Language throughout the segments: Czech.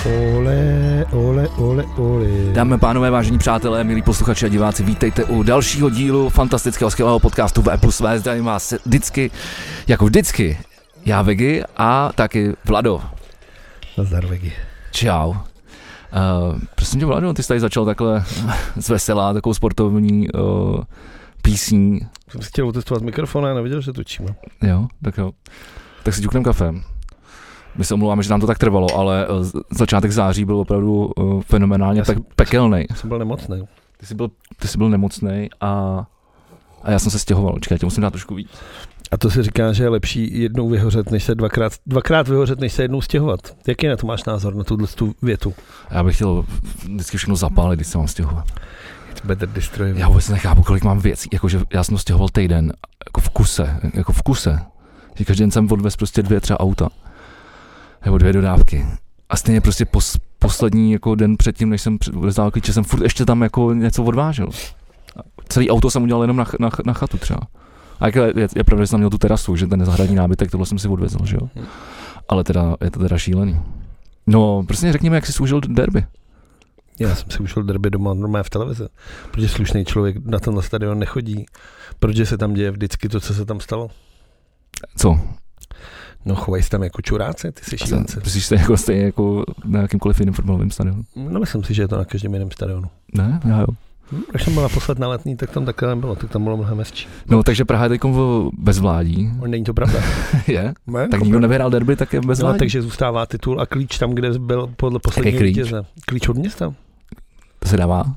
Ole. Dámy a pánové, vážení přátelé, milí posluchači a diváci, vítejte u dalšího dílu fantastického skvělého podcastu V+V. Zdravím vás vždycky, jako vždycky, já Vegy a taky Vlado. Nazdar Vegy. Čau. Prosím tě, Vlado, ty jsi tady začal takhle zveselá, takovou sportovní písní. Jsem si chtěl otestovat mikrofon a neviděl, že točíme. Jo. Tak si ťuknem kafem. My se omlouváme, že nám to tak trvalo, ale začátek září byl opravdu fenomenálně pekelnej. Jsem byl nemocný. Ty jsi byl nemocnej a já jsem se stěhoval. Čekaj, tě musím dát trošku víc. A to si říká, že je lepší jednou vyhořet, než se dvakrát vyhořet, než se jednou stěhovat. Jaký na to máš názor, na tu větu? Já bych chtěl vždycky všechno zapálit, když se mám stěhovat. Better destroy. Já vůbec nechápu, kolik mám věcí. Jakože já jsem to stěhoval týden, jako v kuse. Že každý den jsem odvez prostě 2 třeba auta. Nebo 2 dodávky. A stejně prostě poslední jako den předtím, než jsem vzdal klíče, jsem furt ještě tam jako něco odvážel. Celý auto jsem udělal jenom na chatu třeba. A je pravda, že jsem měl tu terasu, že ten zahradní nábytek, tohle jsem si odvezl, že jo. Ale teda, je to teda šílený. No, prostě řekněme, jak jsi užil derby. Já jsem si užil derby doma normálně v televizi, protože slušný člověk na tenhle stadion nechodí, protože se tam děje vždycky to, co se tam stalo. Co? No, chovají se tam jako čuráci, ty jsi šílenci. Myslíš stejně jako na jakýmkoliv jiném fotbalovém stadionu? No, myslím si, že je to na každém jiném stadionu. Ne? Já jo. Když jsem byl naposled na Letný, tak tam takhle nebylo, tak tam bylo mnohem hezčí. No, takže Praha je teď bezvládí. Není to pravda. Je? Tak nikdo nevyhrál derby, tak je bezvládí. No, takže zůstává titul a klíč tam, kde byl podle posledního vítěze. Klíč od města. To se dává?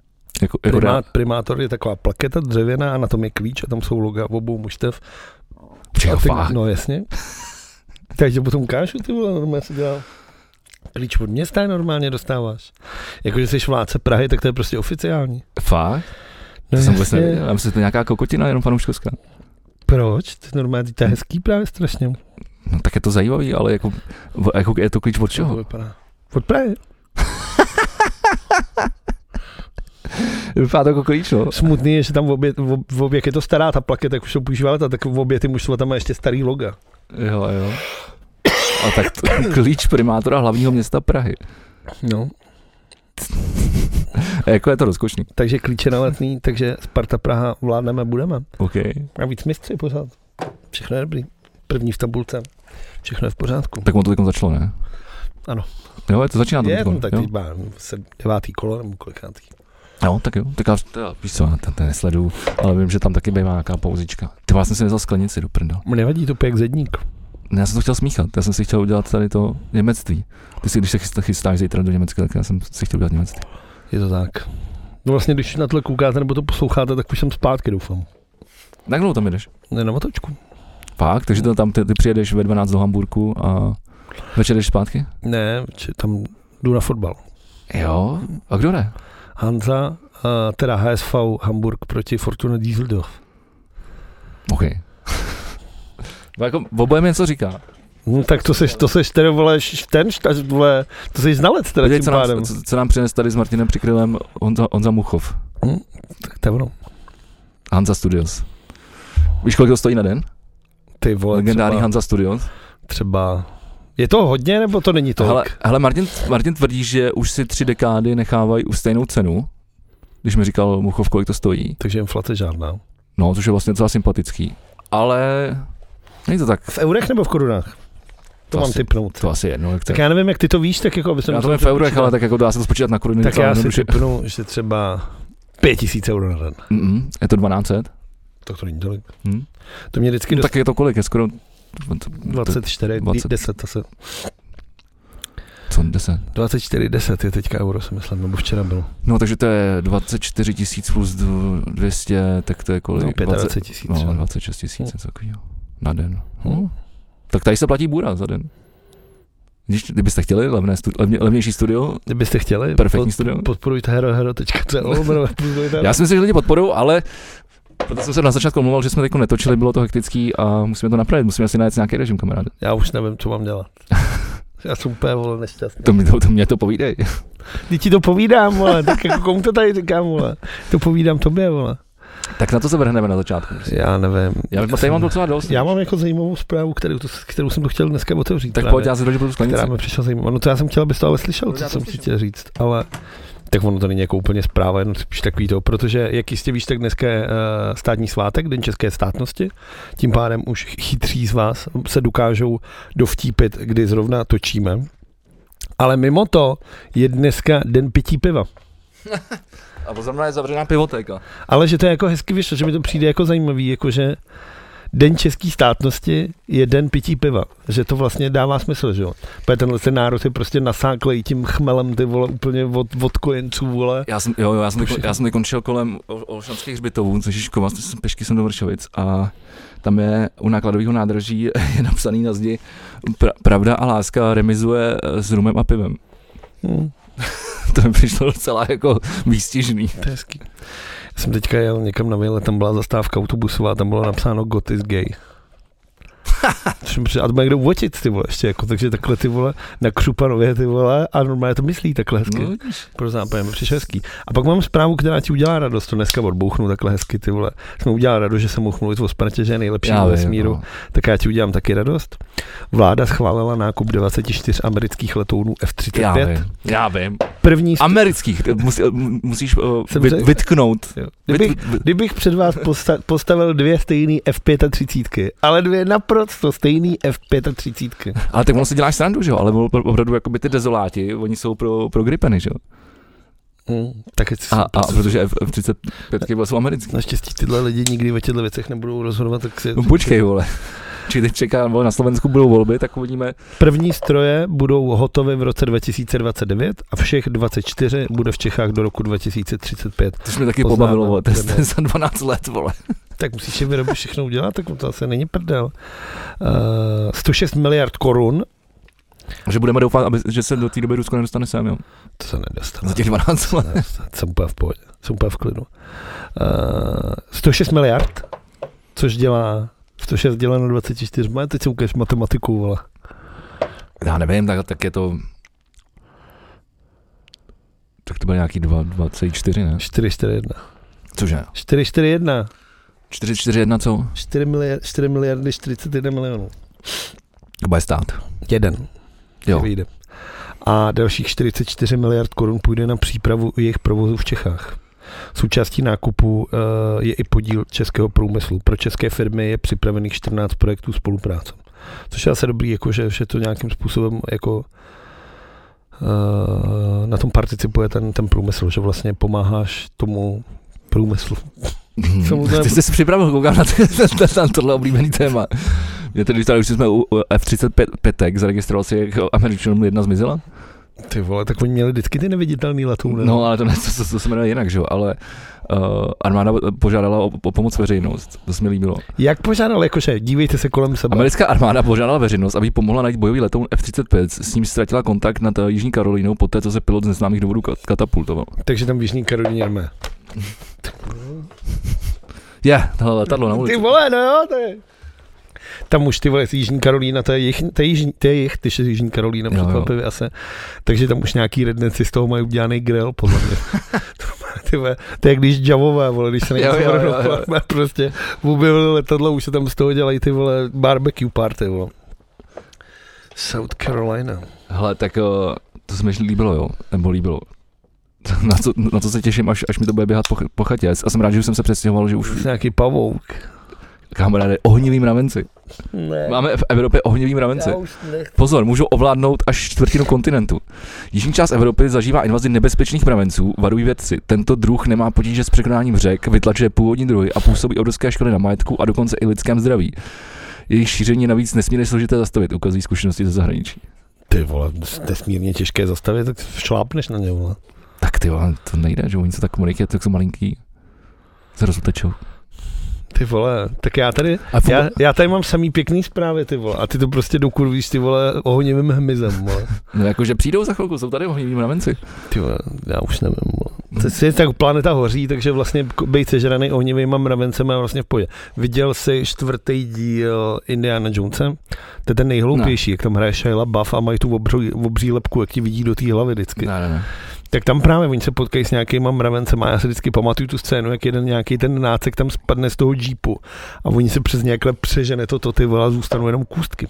Primátor je taková plaketa dřevěná a na tom je klíč a tam jsou loga obou mužstev. No jasně. Takže potom ukážu, ty vole, normálně si dělal. Klíč od města normálně dostáváš. Jakože jsi vládce Prahy, tak to je prostě oficiální. Fakt? No jsem vůbec nevěděl. Já myslím, že to je nějaká kokotina, jenom fanouškovská. Proč? To je normálně, to je hezký právě strašně. No tak je to zajímavý, ale jako je to klíč od čeho? Od Prahy. Vypadá to jako klíč, no. Smutný je, že tam v obě, jak je to stará ta plaketa, tak už to používá leta, tak v obě ty mužstva tam má ještě starý loga. Jo. A tak klíč primátora hlavního města Prahy. No. A jako je to rozkošný. Takže klíče na Letný, takže Sparta Praha vládneme, budeme. OK. A víc mistři pořád. Všechno je dobrý. První v tabulce. Všechno je v pořádku. Tak on to teď začalo, ne? Ano. Jo, to začíná to. Je, no, tak teď má 9. kolo nebo kolikátý. Jo, tak jo. Tak já víš co, to nesleduju, ale vím, že tam taky bývá nějaká pauzička. Ty vlastně si nevzal sklenici do prdel. Mně nevadí to pěk zedník. Já jsem to chtěl smíchat, já jsem si chtěl udělat tady to němectví. Ty si, když se chystáš zítra do Německa, tak já jsem si chtěl udělat němectví. Je to tak. No vlastně, když na tohle koukáte nebo to posloucháte, tak už jsem zpátky, doufám. Jak dlouho tam jedeš? Ne, na motočku. Fakt? Takže tam ty přijedeš ve 12 do Hamburku a večer jdeš zpátky? Ne, tam jdu na fotbal. Jo? A kdo jde? Hansa, teda HSV Hamburg proti Fortuna Düsseldorf. OK. Jako oboje mi něco říká. No, tak to seš tedy, vole, to seš znalec teda tím pádem. Co nám přines tady s Martinem Přikrylem Honza Muchov. Tak to je ono. Hansa Studios. Víš, kolik to stojí na den? Ty vole, legendární Hansa Studios. Třeba. Je to hodně, nebo to není tolik? Hele, Martin tvrdí, že už si 3 dekády nechávají u stejnou cenu, když mi říkal Muchov, kolik to stojí. Takže inflace žádná. No, což je vlastně docela sympatický. Ale není to tak. V eurech nebo v korunách? To mám tipnout. To asi jedno. Tak já nevím, jak ty to víš, tak jako... Já to vím v eurech, ale tak jako dá se to spočítat na koruny. Tak já si tipnu, že třeba 5000 euro na den. Je to 1200? Tak to není tolik. To mě vždycky... Tak je to kolik? Je skoro... 24, 10 asi. Co 10? 24, 10 je teďka euro, si myslím, nebo včera bylo. No, takže to je 24 000 plus 200, tak to je kolik? No, 25 000. No, 26 000, něco takového. Na den. Tak tady se platí bůra za den. Kdybyste chtěli levnější studio, kdybyste chtěli, perfektní studio. Podporujte hero.co. Já si myslím, že lidi podporují, ale proto jsem se na začátku omlouval, že jsme teď netočili, bylo to hektický a musíme to napravit, musíme si najít nějaký režim, kamaráde. Já už nevím, co mám dělat. Já jsem úplně, vole, nešťastný. To mě to povídej. Teď ti to povídám, vole, tak jako komu to tady říkám, vole. To povídám tobě, vole. Tak na to se vrhneme na začátku. Já nevím. Já tady mám docela dost. Já mám jako zajímavou zprávu, kterou jsem to chtěl dneska otevřít. Tak pojď, já se dožiju pro tu sklenici. Která mi přišla zajímavá. No to já jsem chtěl, abys to ale slyšel, co jsem si chtěl říct, ale tak ono to není jako úplně zpráva, jenom spíš takový to, protože jak jistě víš, tak dneska je státní svátek, Den české státnosti, tím pádem už chytří z vás se dokážou dovtípit, kdy zrovna točíme, ale mimo to je dneska Den pití piva. A to znamená je zavřená pivotéka. Ale že to je jako hezky vyšlo, že mi to přijde jako zajímavý, jakože Den české státnosti je den pití piva. Že to vlastně dává smysl, že jo. Protože tenhle ten národ je prostě nasáklej tím chmelem, ty vole, úplně od kojenců, vole. Já jsem teď končil kolem Olšanských hřbitovů, což je škola, pešky jsem do Vršovic a tam je u nákladového nádraží je napsaný na zdi Pravda a láska remizuje s rumem a pivem. To mi přišlo docela jako výstižný. To je hezký. Já jsem teďka jel někam na výlet, tam byla zastávka autobusová, tam bylo napsáno God is gay. A to má někdo uvotit, ty vole, ještě jako, takže takhle ty vole, na Křupanově ty vole, a normálně to myslí takhle hezky. No, pro zápajem, přišel hezký. A pak mám zprávu, která ti udělá radost, to dneska odbouchnu takhle hezky, ty vole. Jsem udělal radost, že jsem mohl mluvit o Spartě, že je nejlepší v vesmíru, no. Tak já ti udělám taky radost. Vláda schválila nákup 24 amerických letounů F-35. Já vím. První amerických, musíš vytknout. Kdybych před vás postavil 2 stejný F-35, ale 2 naprosto stejný F-35. Ale tak ono si děláš srandu, že jo? Ale opravdu jakoby ty dezoláti, oni jsou pro gripeny, že jo? Tak a protože F-35 jsou americký. Naštěstí tyhle lidi nikdy o těchto věcech nebudou rozhodovat, tak si... No počkej, vole. Či teď čeká, na Slovensku budou volby, tak uvidíme. První stroje budou hotové v roce 2029 a všech 24 bude v Čechách do roku 2035. To jsme taky pobavilo, to je za 12 let, vole. Tak musíš je vyrobit všechno udělat, tak to asi není prdel. 106 miliard korun. Že budeme doufat, že se do té doby Rusko nedostane sem, jo? To se nedostane. Za těch 12 let. Jsem úplně v pohodě, jsem úplně v klidu. 106 miliard, což dělá 106 děláno 24, teď si ukáž matematiku, vole. Já nevím, tak je to... Tak to bude nějaký 2,4, ne? 4,41. Cože? 4,41. 4,41 co? 4 miliardy 41 milionů. To bude stát. Jeden. Jo. Vyjde. A dalších 44 miliard korun půjde na přípravu jejich provozu v Čechách. Součástí nákupu je i podíl českého průmyslu. Pro české firmy je připravených 14 projektů spolupráce. Což je asi dobrý, jako, že to nějakým způsobem jako, na tom participuje ten průmysl, že vlastně pomáháš tomu průmyslu. Ty jsi připravil, koukám na tohle oblíbený téma. Mě tedy, když jsme u F-35, zaregistroval si, jak Američanům jedna zmizela? Ty vole, tak oni měli vždycky ty neviditelný letouny. No, ale to se jmenuje jinak, že jo, ale armáda požádala o pomoc veřejnost, to se mi líbilo. Jak požádala, jakože, dívejte se kolem sebe. Americká armáda požádala veřejnost, aby pomohla najít bojový letoun F-35, s ním ztratila kontakt nad Jižní Karolínou poté, co se pilot z neznámých důvodů katapultoval. Takže tam v Jižní Karolíně jdeme. Tohle letadlo na ulici. Ty vole, no jo, to je... Tam už ty vole, Jižní Karolína, to je jich, ty z Jižní Karolína, překvapivě asi. Takže tam už nějaký redneci z toho mají udělaný grill, podle mě. To je když Javové, vole, když se prostě objevili letadlo, už se tam z toho dělají ty vole barbecue party, vole. South Carolina. Hele, tak to se mi líbilo, jo, nebo líbilo. Na co se těším, až mi to bude běhat po chatě. A jsem rád, že už jsem se přestěhoval, že už... Nějaký pavouk. Kamaráde, ohnivý mravenci. Ne. Máme v Evropě ohnivý mravenci. Pozor, můžou ovládnout až čtvrtinu kontinentu. Jižní část Evropy zažívá invazi nebezpečných mravenců, varují vědci. Tento druh nemá potíže s překonáním řek, vytlačuje původní druhy a působí obrovské škody na majetku a dokonce i lidském zdraví. Jejich šíření navíc nesmírně složité zastavit, ukazují zkušenosti ze zahraničí. Ty vole, nesmírně těžké zastavit, tak šlápneš na ně, vole. Tak ty vole, to nejde, že oni jsou tak malinký, tak jsou malinký. Se rozutečou. Ty vole, tak já tady mám samý pěkný zprávy, ty vole, a ty to prostě dokurvíš, ty vole, ohnivým hmyzem, vole. No jakože přijdou za chvilku, jsou tady ohniví mravenci. Ty vole, já už nevím, vole. Tak planeta hoří, takže vlastně bejt sežranej ohnivýma mravencem je vlastně v pohodě. Viděl jsi 4. díl Indiana Jonese? To je ten nejhloupější, jak tam hraje Shia LaBeouf a mají tu obří lepku, jak ti vidí do té hlavy vždycky. Ne. Tak tam právě oni se potkají s nějakýma mravencema a já si vždycky pamatuju tu scénu, jak jeden nějaký ten nácek tam spadne z toho džípu a oni se přes nějaké přežene to ty vole, zůstanou jenom kůstky.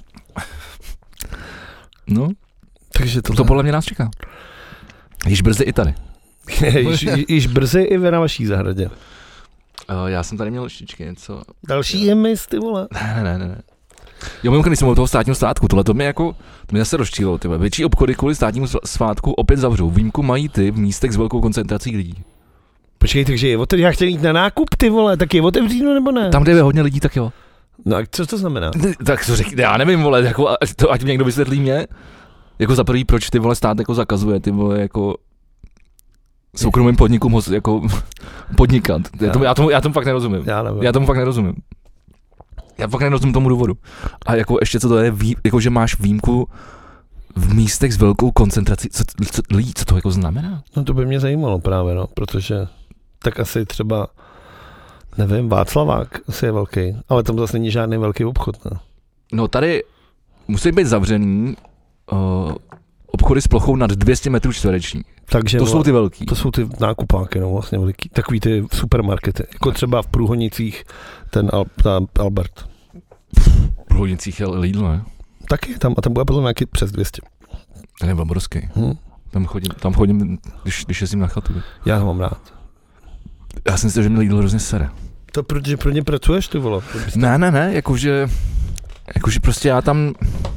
No, takže to podle mě nás čeká. Již brzy i tady. Již brzy i vy na vaší zahradě. Já jsem tady měl ještě něco. Další je mis, ty vole. Ne. Jo, mimochodem, když jsem u toho státního svátku, to mě zase rozčílo, tyhle. Větší obchody kvůli státnímu svátku opět zavřou. Výjimku mají ty v místech s velkou koncentrací lidí. Počkej, takže já chtěl jít na nákup, ty vole, tak je otevříno nebo ne? Tam, kde je hodně lidí, tak jo. No a co to znamená? Tak to řekni, já nevím, vole, jako, to ať mě někdo vysvětlí mě. Jako za prvý, proč ty vole stát jako zakazuje, ty vole jako soukromým podnikům jako podnikat. Já tomu fakt nerozumím. Já tomu fakt nerozumím. Já fakt nerozumím tomu důvodu. A jako ještě co to je, jako že máš výjimku v místech s velkou koncentrací, co to jako znamená? No to by mě zajímalo právě, no, protože tak asi třeba, nevím, Václavák asi je velký, ale tam zase není žádný velký obchod, ne? No tady musí být zavřený obchody s plochou nad 200 metrů čtverečních. Takže to jsou ty velký. To jsou ty nákupáky, no vlastně veliký. Takový ty supermarkety, jako třeba v Průhonicích ten Albert. V Průhonicích je Lidl, ne? Taky, tam bude podle nějaký přes 200. Ten je obrovský. Tam chodím, když jezdím na chatu. Já ho mám rád. Já jsem si že mě Lidl hrozně sere. To protože pro ně pracuješ, ty vole? Ne, jakože prostě já tam...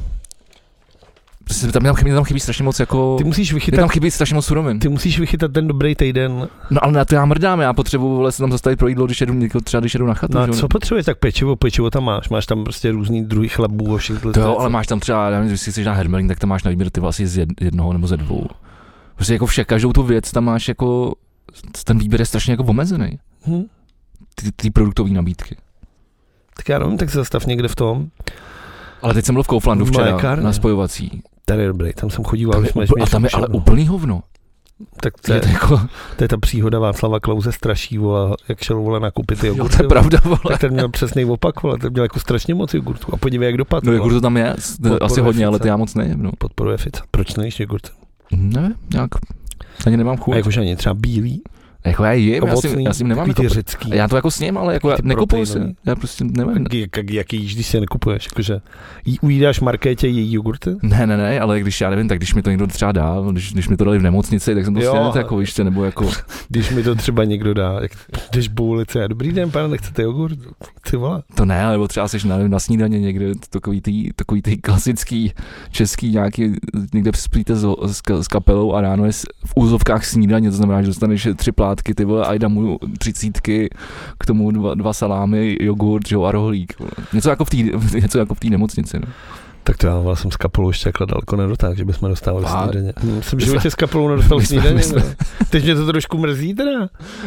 Mě tam chybí strašně moc jako... Ty musíš vychytat... Mě tam chybí strašně moc surovin. Ty musíš vychytat ten dobrý týden. No ale na to já mrdám, já potřebuji se tam zastavit pro jídlo, když jedu na chatu. No a co potřebuješ, tak pečivo tam máš tam prostě různý druhý chlebů a všechno. To jo, ale máš tam třeba, nevím, když si chceš na Hermelín, tak tam máš na výběr ty asi z jednoho nebo ze dvou. Prostě jako každou tu věc tam máš jako, ten výběr je strašně jako omezený. Ty produktové nabídky. Tak já nevím, tak se zastav někde v tom. Ale teď jsem byl v Kauflandu včera na spojovací. Tady je dobrý, tam jsem chodíval. A tam je ale úplný hovno. Tak to je ta příhoda Václava Klause straší, vole, jak šel vole nakoupit jogurt. Jo, to je pravda, vole. Tak ten měl přesný opak, vole, ten měl jako strašně moc jogurtu. A podívej, jak dopadl. No jogurtu tam je, asi hodně, ale ty já moc nejím. No. Podporuje Fica. Proč nejíš jogurt? Ne, nějak, ani nemám chuť. A jakože ani třeba bílý? Jako já jim, já s ním nemám jako, řecký. Já to jako s ním, ale jako nekupuju si. Já prostě nevím. Jak jíš, když si je nekupuješ? Jakože ujídáš Markétě její jogurty? Ne, ale když já nevím, tak když mi to někdo třeba dá, když mi to dali v nemocnici, tak jsem to stejně jako ještě, nebo jako... Když mi to třeba někdo dá, jak jdeš po ulici a dobrý den, pane, nechcete jogurt? Ty vole. To ne, nebo třeba jsi na snídaně někde, takový ty klasický český nějaký, někde spíte s kapelou a ráno je v úzovkách snídaně, to znamená, že dostaneš 3 plátky, ty vole, a jda mu 30, k tomu 2 salámy, jogurt, jo, a rohlík. Něco jako v té nemocnici, no. Tak to já jsem s kapelou ještě takhle daleko nedotáhl, že bychom dostávali snídaně. Jsem v životě s kapelou nedostal snídaně. Teď mě to trošku mrzí teda.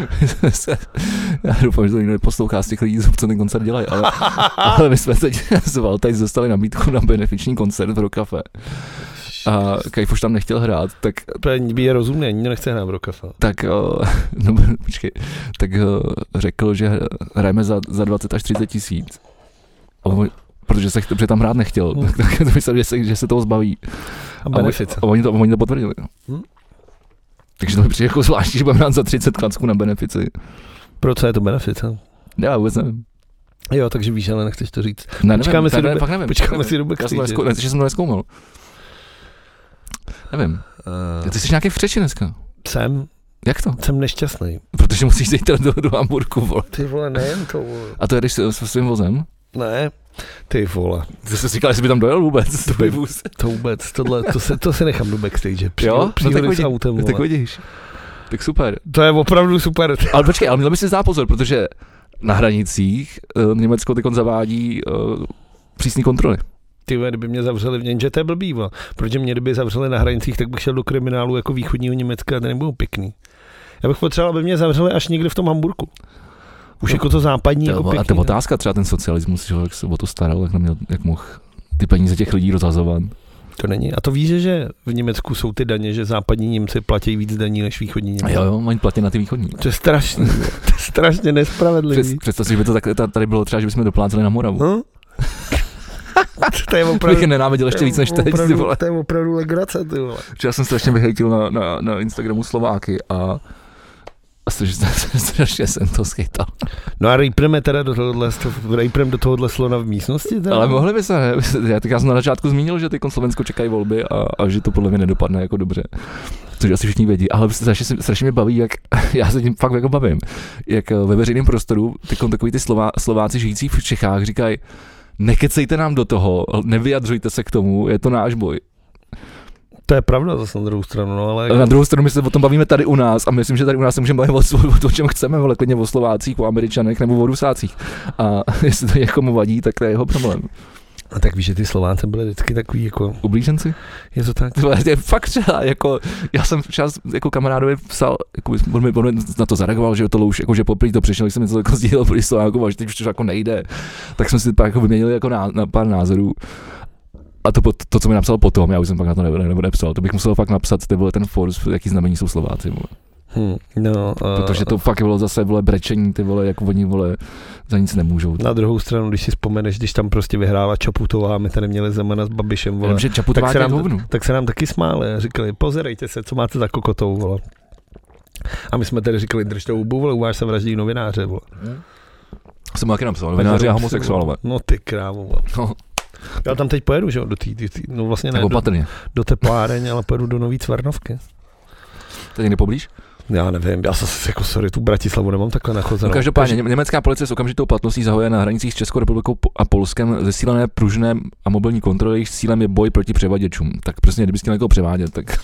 Já doufám, že to někdo neposlouchá z těch lidí, co ten koncert dělají, ale my jsme teď s Valtajs dostali nabídku na benefiční koncert v Rokafe. A Kajf už tam nechtěl hrát, tak... Je rozumný, nikdo nechce hrát v Rokafe. Tak, no počkej, tak řekl, že hrajeme za 20 až 30 tisíc. Protože tam hrát nechtěl, tak myslel, že se toho zbaví. A oni to potvrdili. Takže to mi přijde jako zvláštní, že budeme hrát za 30 klacků na benefici. Pro co je to benefice? Já vůbec nevím. Jo, takže víš, ale nechceš to říct. Počkáme si do backstage. Já jsem to nezkoumal. Nevím. Ty jsi nějaký v Třeči dneska? Jsem. Jak to? Jsem nešťastný. Protože musíš zítra do Hamburku, vole. Ty vole, nejen to, vole. A to jedeš se svým vozem? Ne, ty vole. Ty jsi říkal, jestli by tam dojel vůbec. To vůbec, to si nechám do backstage. Jo? Přijeli s autem, vole. Tak vidíš. Tak super. To je opravdu super. Ale počkej, ale měl by si dát pozor, protože na hranicích Německo teď zavádí přísné kontroly. Ty kdyby mě zavřeli v Němče, to je blbý, vole. Protože mě kdyby zavřeli na hranicích, tak bych šel do kriminálu jako východního Německa a to nebylo pěkný. Já bych potřeboval, aby mě zavřeli až někde v tom Hamburku. Už jako to západní, jako pěkný. A to je otázka, třeba ten socialismus, že jak se o to staral, jak mohl ty peníze těch lidí rozhazovat. To není. A to víš, že v Německu jsou ty daně, že západní Němci platí víc daní než východní Němci. Jo, oni platí na ty východní. To je strašný. To je strašně nespravedlivý. Představ si, že by to tady bylo třeba, že bychom dopláceli na Moravu. To je opravdu... Bych nenáviděl ještě víc než teď, ty vole. To je opravdu legrace, ty vole. Já jsem strašně vyhejtil na Instagramu Slováky a strašně jsem to schytal. No a rejpreme teda do tohohle slona v místnosti? Teda? Ale mohli by se, já jsem na začátku zmínil, že ty Slovensko čekají volby a že to podle mě nedopadne jako dobře. Což asi všichni vědí, ale strašně mě baví, jak já se tím fakt jako bavím, jak ve veřejném prostoru takový ty Slováci žijící v Čechách říkají, nekecejte nám do toho, nevyjadřujte se k tomu, je to náš boj. To je pravda zase na druhou stranu, no ale... Na druhou stranu my se o tom bavíme tady u nás a myslím, že tady u nás se můžeme bavit o čem chceme, ale klidně o Slovácích, o Američanech nebo o Rusácích. A jestli to někomu vadí, tak to je jeho problém. A tak víš, že ty Slováci byli vždycky takový jako... Ublíženci? Je to tak? To je fakt třeba, jako, já jsem čas jako kamarádovi psal, jako, on na to zareagoval, že to už, jako, že poprvé to přišel, když jsem něco jako sdílel proti Slovákům, a že teď už to jako nejde. Tak jsme si pak jako vyměnili jako na pár názorů. A to, co mi napsal potom, já už jsem pak na to nepsal, to bych musel fakt napsat, ty vole, ten force, jaký znamení jsou Slováci, vole. Protože to fakt bylo zase, vole, brečení, ty vole, jak oni, vole, za nic nemůžou. Na druhou stranu, když si vzpomeneš, když tam prostě vyhrála Čaputová, my tady měli Zemana s Babišem, vole, tak se nám taky smáli a říkali, pozerejte se, co máte za kokotou, vole. A my jsme tedy říkali, držte hubu, vole, uváž se vraždí novináře, vole. Jsem taky napsal, novináři a homosexuálové. No ty krávo, vole. No. Já tam teď pojedu, že jo, no vlastně ne do tepláreň, ale pojedu do Nový Cvarnovky. To někde poblíž? Já nevím, já se jako sorry, tu Bratislavu nemám takhle nachozenou. No, každopádně německá policie s okamžitou platností zahajuje na hranicích s Českou republikou a Polskem zesílené pružné a mobilní kontroly, jejich cílem je boj proti převaděčům. Tak prostě, kdybyste chtěli někoho převádět, tak...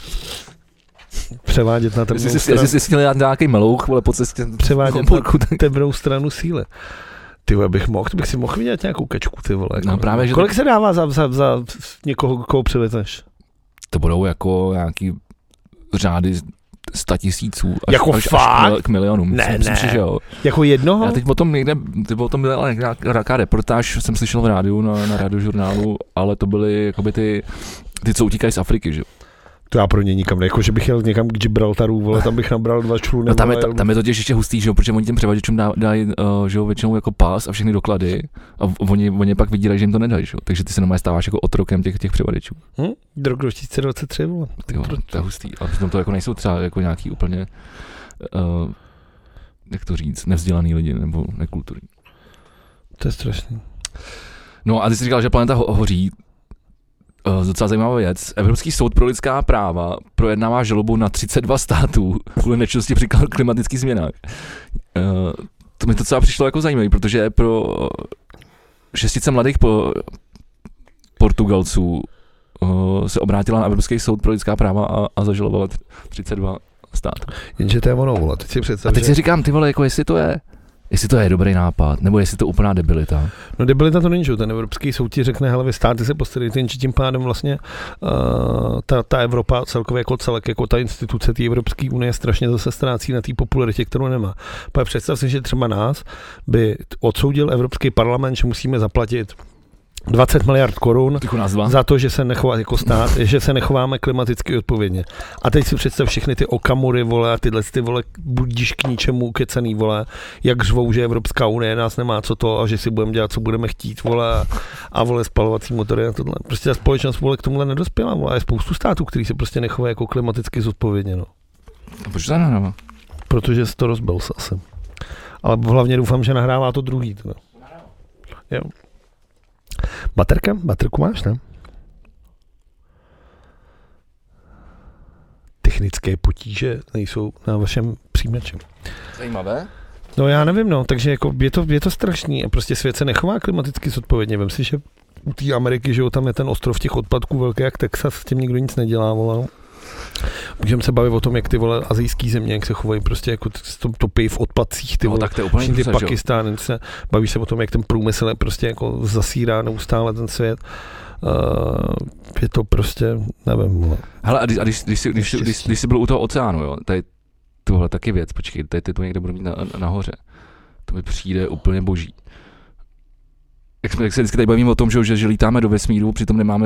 Převádět na temnou stranu. Jestli chtěli dát nějaký melouch, vole, po cestě... Převádět na temnou stranu síly. Ty vole, bych si mohl vidět nějakou kačku, ty vole. No, právě, že kolik se dává za někoho, koho přivezeš? To budou jako nějaký řády 100 000 jako až k milionům. Ne. Myslím, že jo. Jako jednoho? Já teď o tom byla nějaká reportáž, jsem slyšel v rádiu, na radiožurnálu, ale to byly jakoby ty co utíkají z Afriky, že jo. To já pro ně nikam ne, jako že bych jel někam k Gibraltaru, vole, tam bych nabral 2 čluny. No tam je to ještě hustý, že jo, protože oni těm převaděčům dají, že jo, většinou jako pás a všechny doklady a oni pak vydírají, že jim to nedají, že jo, takže ty se normálně stáváš jako otrokem těch převaděčů. Do roku 2023, vole. Tyjo, to je hustý, a přitom to jako nejsou třeba jako nějaký úplně, jak to říct, nevzdělaný lidi nebo nekulturní. To je strašný. No a ty jsi říkal, že planeta hoří. Docela zajímavá věc. Evropský soud pro lidská práva projednává žalobu na 32 států kvůli nečinnosti při klimatických změnách. To mi to docela přišlo jako zajímavé, protože pro 600 mladých Portugalců se obrátila na Evropský soud pro lidská práva a zažalovala 32 států. Jenže to je ono, vole. A teď si říkám, ty vole, jako jestli to je dobrý nápad, nebo jestli to úplná debilita. No debilita to není, že ten Evropský soud ti řekne, hele, vy státy se postarejte, jenže tím pádem vlastně ta Evropa celkově jako celek, jako ta instituce té Evropské unie strašně zase ztrácí na té popularitě, kterou nemá. Pak představ si, že třeba nás by odsoudil Evropský parlament, že musíme zaplatit 20 miliard korun za to, že se nechová jako stát, že se nechováme klimaticky odpovědně. A teď si představ všechny ty Okamury, vole, a tyhle ty, vole, budíš k ničemu kecený, vole, jak řvou, že Evropská unie nás nemá co to a že si budeme dělat, co budeme chtít, vole, a vole, spalovací motory a tohle. Prostě ta společnost, vole, k tomuhle nedospěla, vole, a je spoustu států, který se prostě nechovají jako klimaticky zodpovědně, no. Proč to nehrává? Protože jsi to rozbil asi. Ale hlavně doufám, že nahrává to druhý, teda. Jo. Baterku máš, ne? Technické potíže nejsou na vašem přijímači. Zajímavé. No já nevím, no, takže jako je to strašný a prostě svět se nechová klimaticky zodpovědně. Vem si, že u té Ameriky, že jo, tam je ten ostrov těch odpadků velký jak Texas, s tím nikdo nic nedělá, vole. Můžeme se bavit o tom, jak ty, vole, asijský země, jak se chovají prostě jako topí v odpadcích, ty, vole, tak to je úplně ty Pakistány, baví se o tom, jak ten průmysl prostě jako zasírá neustále ten svět. Je to prostě, nevím, vole. Hele, a když jsi byl u toho oceánu, jo, tady tohle taky věc, počkej, tady to někde budu mít nahoře. To mi přijde úplně boží. Jak se vždycky tady bavíme o tom, že lítáme do vesmíru, přitom nemáme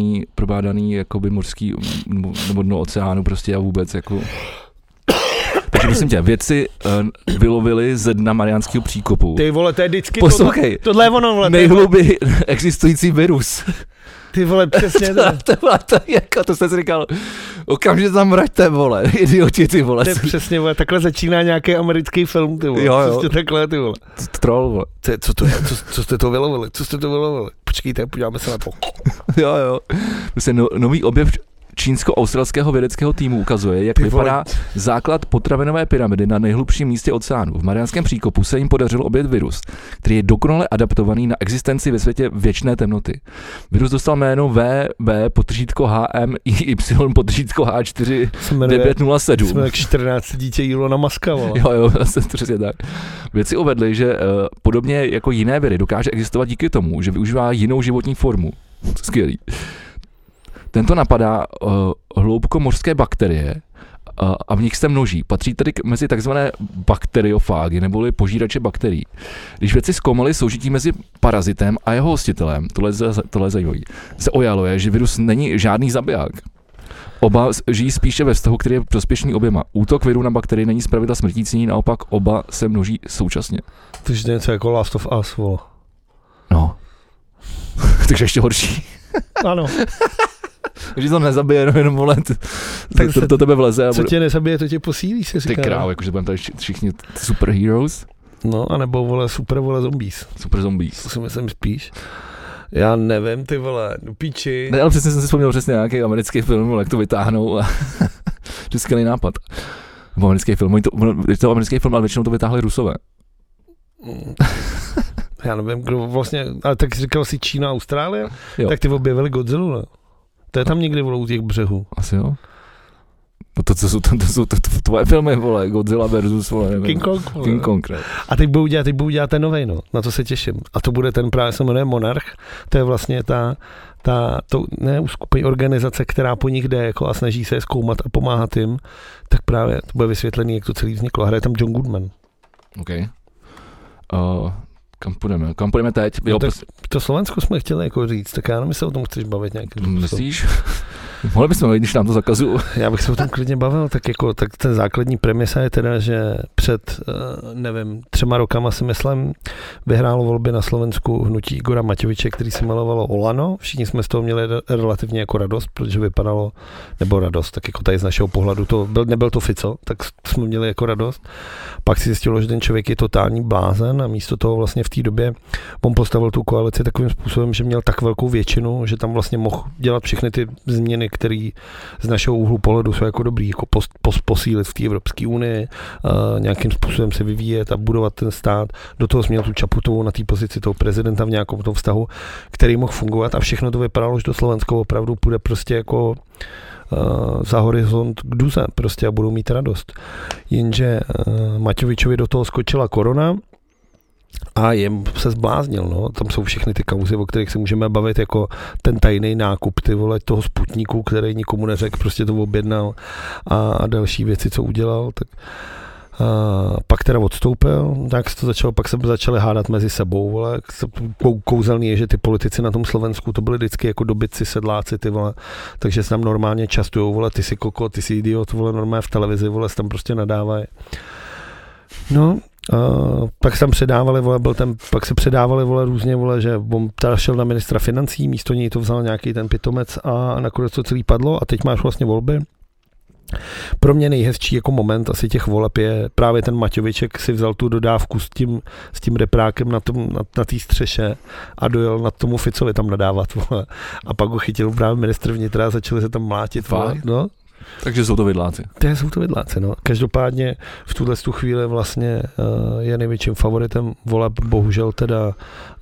probádaný jakoby mořský nebo dno oceánu prostě a vůbec jako Takže myslím tě, vědci vylovili ze dna Mariánského příkopu. Ty vole, to je vždycky poslouchej, tohle je ono, vole. Nejhlouběji existující virus. Ty vole, přesně to. To je jako, to jsi říkal, okamžitě tam vraťte, vole, idioti, ty vole. To je přesně, vole, takhle začíná nějaký americký film, ty vole. Jo. Prostě takhle, ty vole. Troll, vole. Co to je? Co jste to vylovili? Počkejte, podíváme se na to. Jo. Prostě nový objev čínsko-australského vědeckého týmu ukazuje, jak vypadá základ potravinové pyramidy na nejhlubším místě oceánu. V Mariánském příkopu se jim podařilo objevit virus, který je dokonale adaptovaný na existenci ve světě věčné temnoty. Virus dostal jméno VB-HM-Y-H4907. Jsme jak 14 dítě Elona Muska, vole. Jo, přesně tak. Vědci uvedli, že podobně jako jiné viry dokáže existovat díky tomu, že využívá jinou životní formu. Skvělý. Tento napadá hloubkomořské bakterie a v nich se množí. Patří tedy mezi takzvané bakteriofágy, neboli požírače bakterií. Když vědci zkoumali soužití mezi parazitem a jeho hostitelem, tohle je zajímavé, se ojalo je, že virus není žádný zabiják. Oba žijí spíše ve vztahu, který je prospěšný oběma. Útok viru na bakterii není zpravidla smrtící, naopak oba se množí současně. Takže to je něco jako Last of Us, vole. No. Takže ještě horší. Ano. Takže to nezabije, jenom vole, to tebe vleze. Co tě nezabije, to tě posílí, se říká. Ty král, jakože budeme tady všichni superheroes. No, anebo vole super zombies. Super zombies. To si myslím spíš. Já nevím, ty vole, do píči. Ne, ale přesně jsem si vzpomněl přesně nějaký americký film, jak to vytáhnou a to je skvělý nápad. Nebo americký film, je to americký film, ale většinou to vytáhli Rusové. Já nevím, kdo vlastně, ale tak říkal si Čína a Austrálie, jo. Tak ty objevili Godzilla, ne? To je tam někdy, vole, u těch břehů. Asi jo. No to jsou tvoje filmy, vole, Godzilla versus, vole, nevím. King Kong, vole. King Kong, ne? A teď budou dělat ten novej, no, na to se těším. A to bude ten právě se jmenuje Monarch, to je vlastně to uskupení organizace, která po nich jde jako a snaží se je zkoumat a pomáhat jim, tak právě to bude vysvětlený, jak to celý vzniklo. Hraje tam John Goodman. OK. Kam půjdeme teď? No, tak to Slovensko jsme chtěli jako říct, tak já nevím, se o tom chceš bavit nějaký. Myslíš? Mohli bychom, když nám to zakazují. Já bych se o tom klidně bavil, tak ten základní premisa je teda, že před, 3 rokama si myslím, vyhrálo volby na Slovensku hnutí Igora Matoviče, který se jmenovalo Olano. Všichni jsme z toho měli relativně jako radost, protože vypadalo, nebo radost, tak jako tady z našeho pohledu, nebyl to Fico, tak jsme měli jako radost. Pak si zjistilo, že ten člověk je totální blázen a místo toho vlastně v té době on postavil tu koalici takovým způsobem, že měl tak velkou většinu, že tam vlastně mohl dělat všechny ty změny, které z našeho úhlu pohledu jsou jako dobrý, jako posílit v té Evropské unii, nějakým způsobem se vyvíjet a budovat ten stát. Do toho měl tu Čaputovou na té pozici toho prezidenta v nějakém tom vztahu, který mohl fungovat a všechno to vypadalo, že to Slovensko opravdu půjde prostě jako za horizont k duze prostě a budou mít radost. Jenže Matovičovi do toho skočila korona a jim se zbláznil, no. Tam jsou všechny ty kauzy, o kterých se můžeme bavit, jako ten tajný nákup, ty vole, toho Sputniku, který nikomu neřekl, prostě to objednal a další věci, co udělal, tak pak teda odstoupil, tak se to začalo, pak se začali hádat mezi sebou, vole. Kouzelný je, že ty politici na tom Slovensku to byli vždycky jako dobytci, sedláci, ty vole, takže se tam normálně častujou, vole, ty jsi koko, ty jsi idiot, vole, normálně v televizi, vole, se tam prostě nadávají. No, pak se tam předávali, vole, pak se předávali, vole, různě, vole, že on teda šel na ministra financí, místo něj to vzal nějaký ten pitomec a nakonec to celý padlo a teď máš vlastně volby. Pro mě nejhezčí jako moment asi těch voleb je právě ten Matoviček si vzal tu dodávku s tím reprákem na té střeše a dojel na tomu Ficovi tam nadávat, vole. A pak ho chytil právě ministr vnitra a začali se tam mlátit, vole, no. Takže jsou to vidláci. Jsou to vidláci, no. Každopádně v tuhle chvíli vlastně je největším favoritem voleb, bohužel teda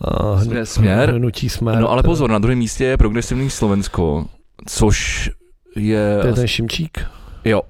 hnutí Směr. No ale pozor, na druhém místě je progresivní Slovensko, což je... To je ten Šimčík? Jo.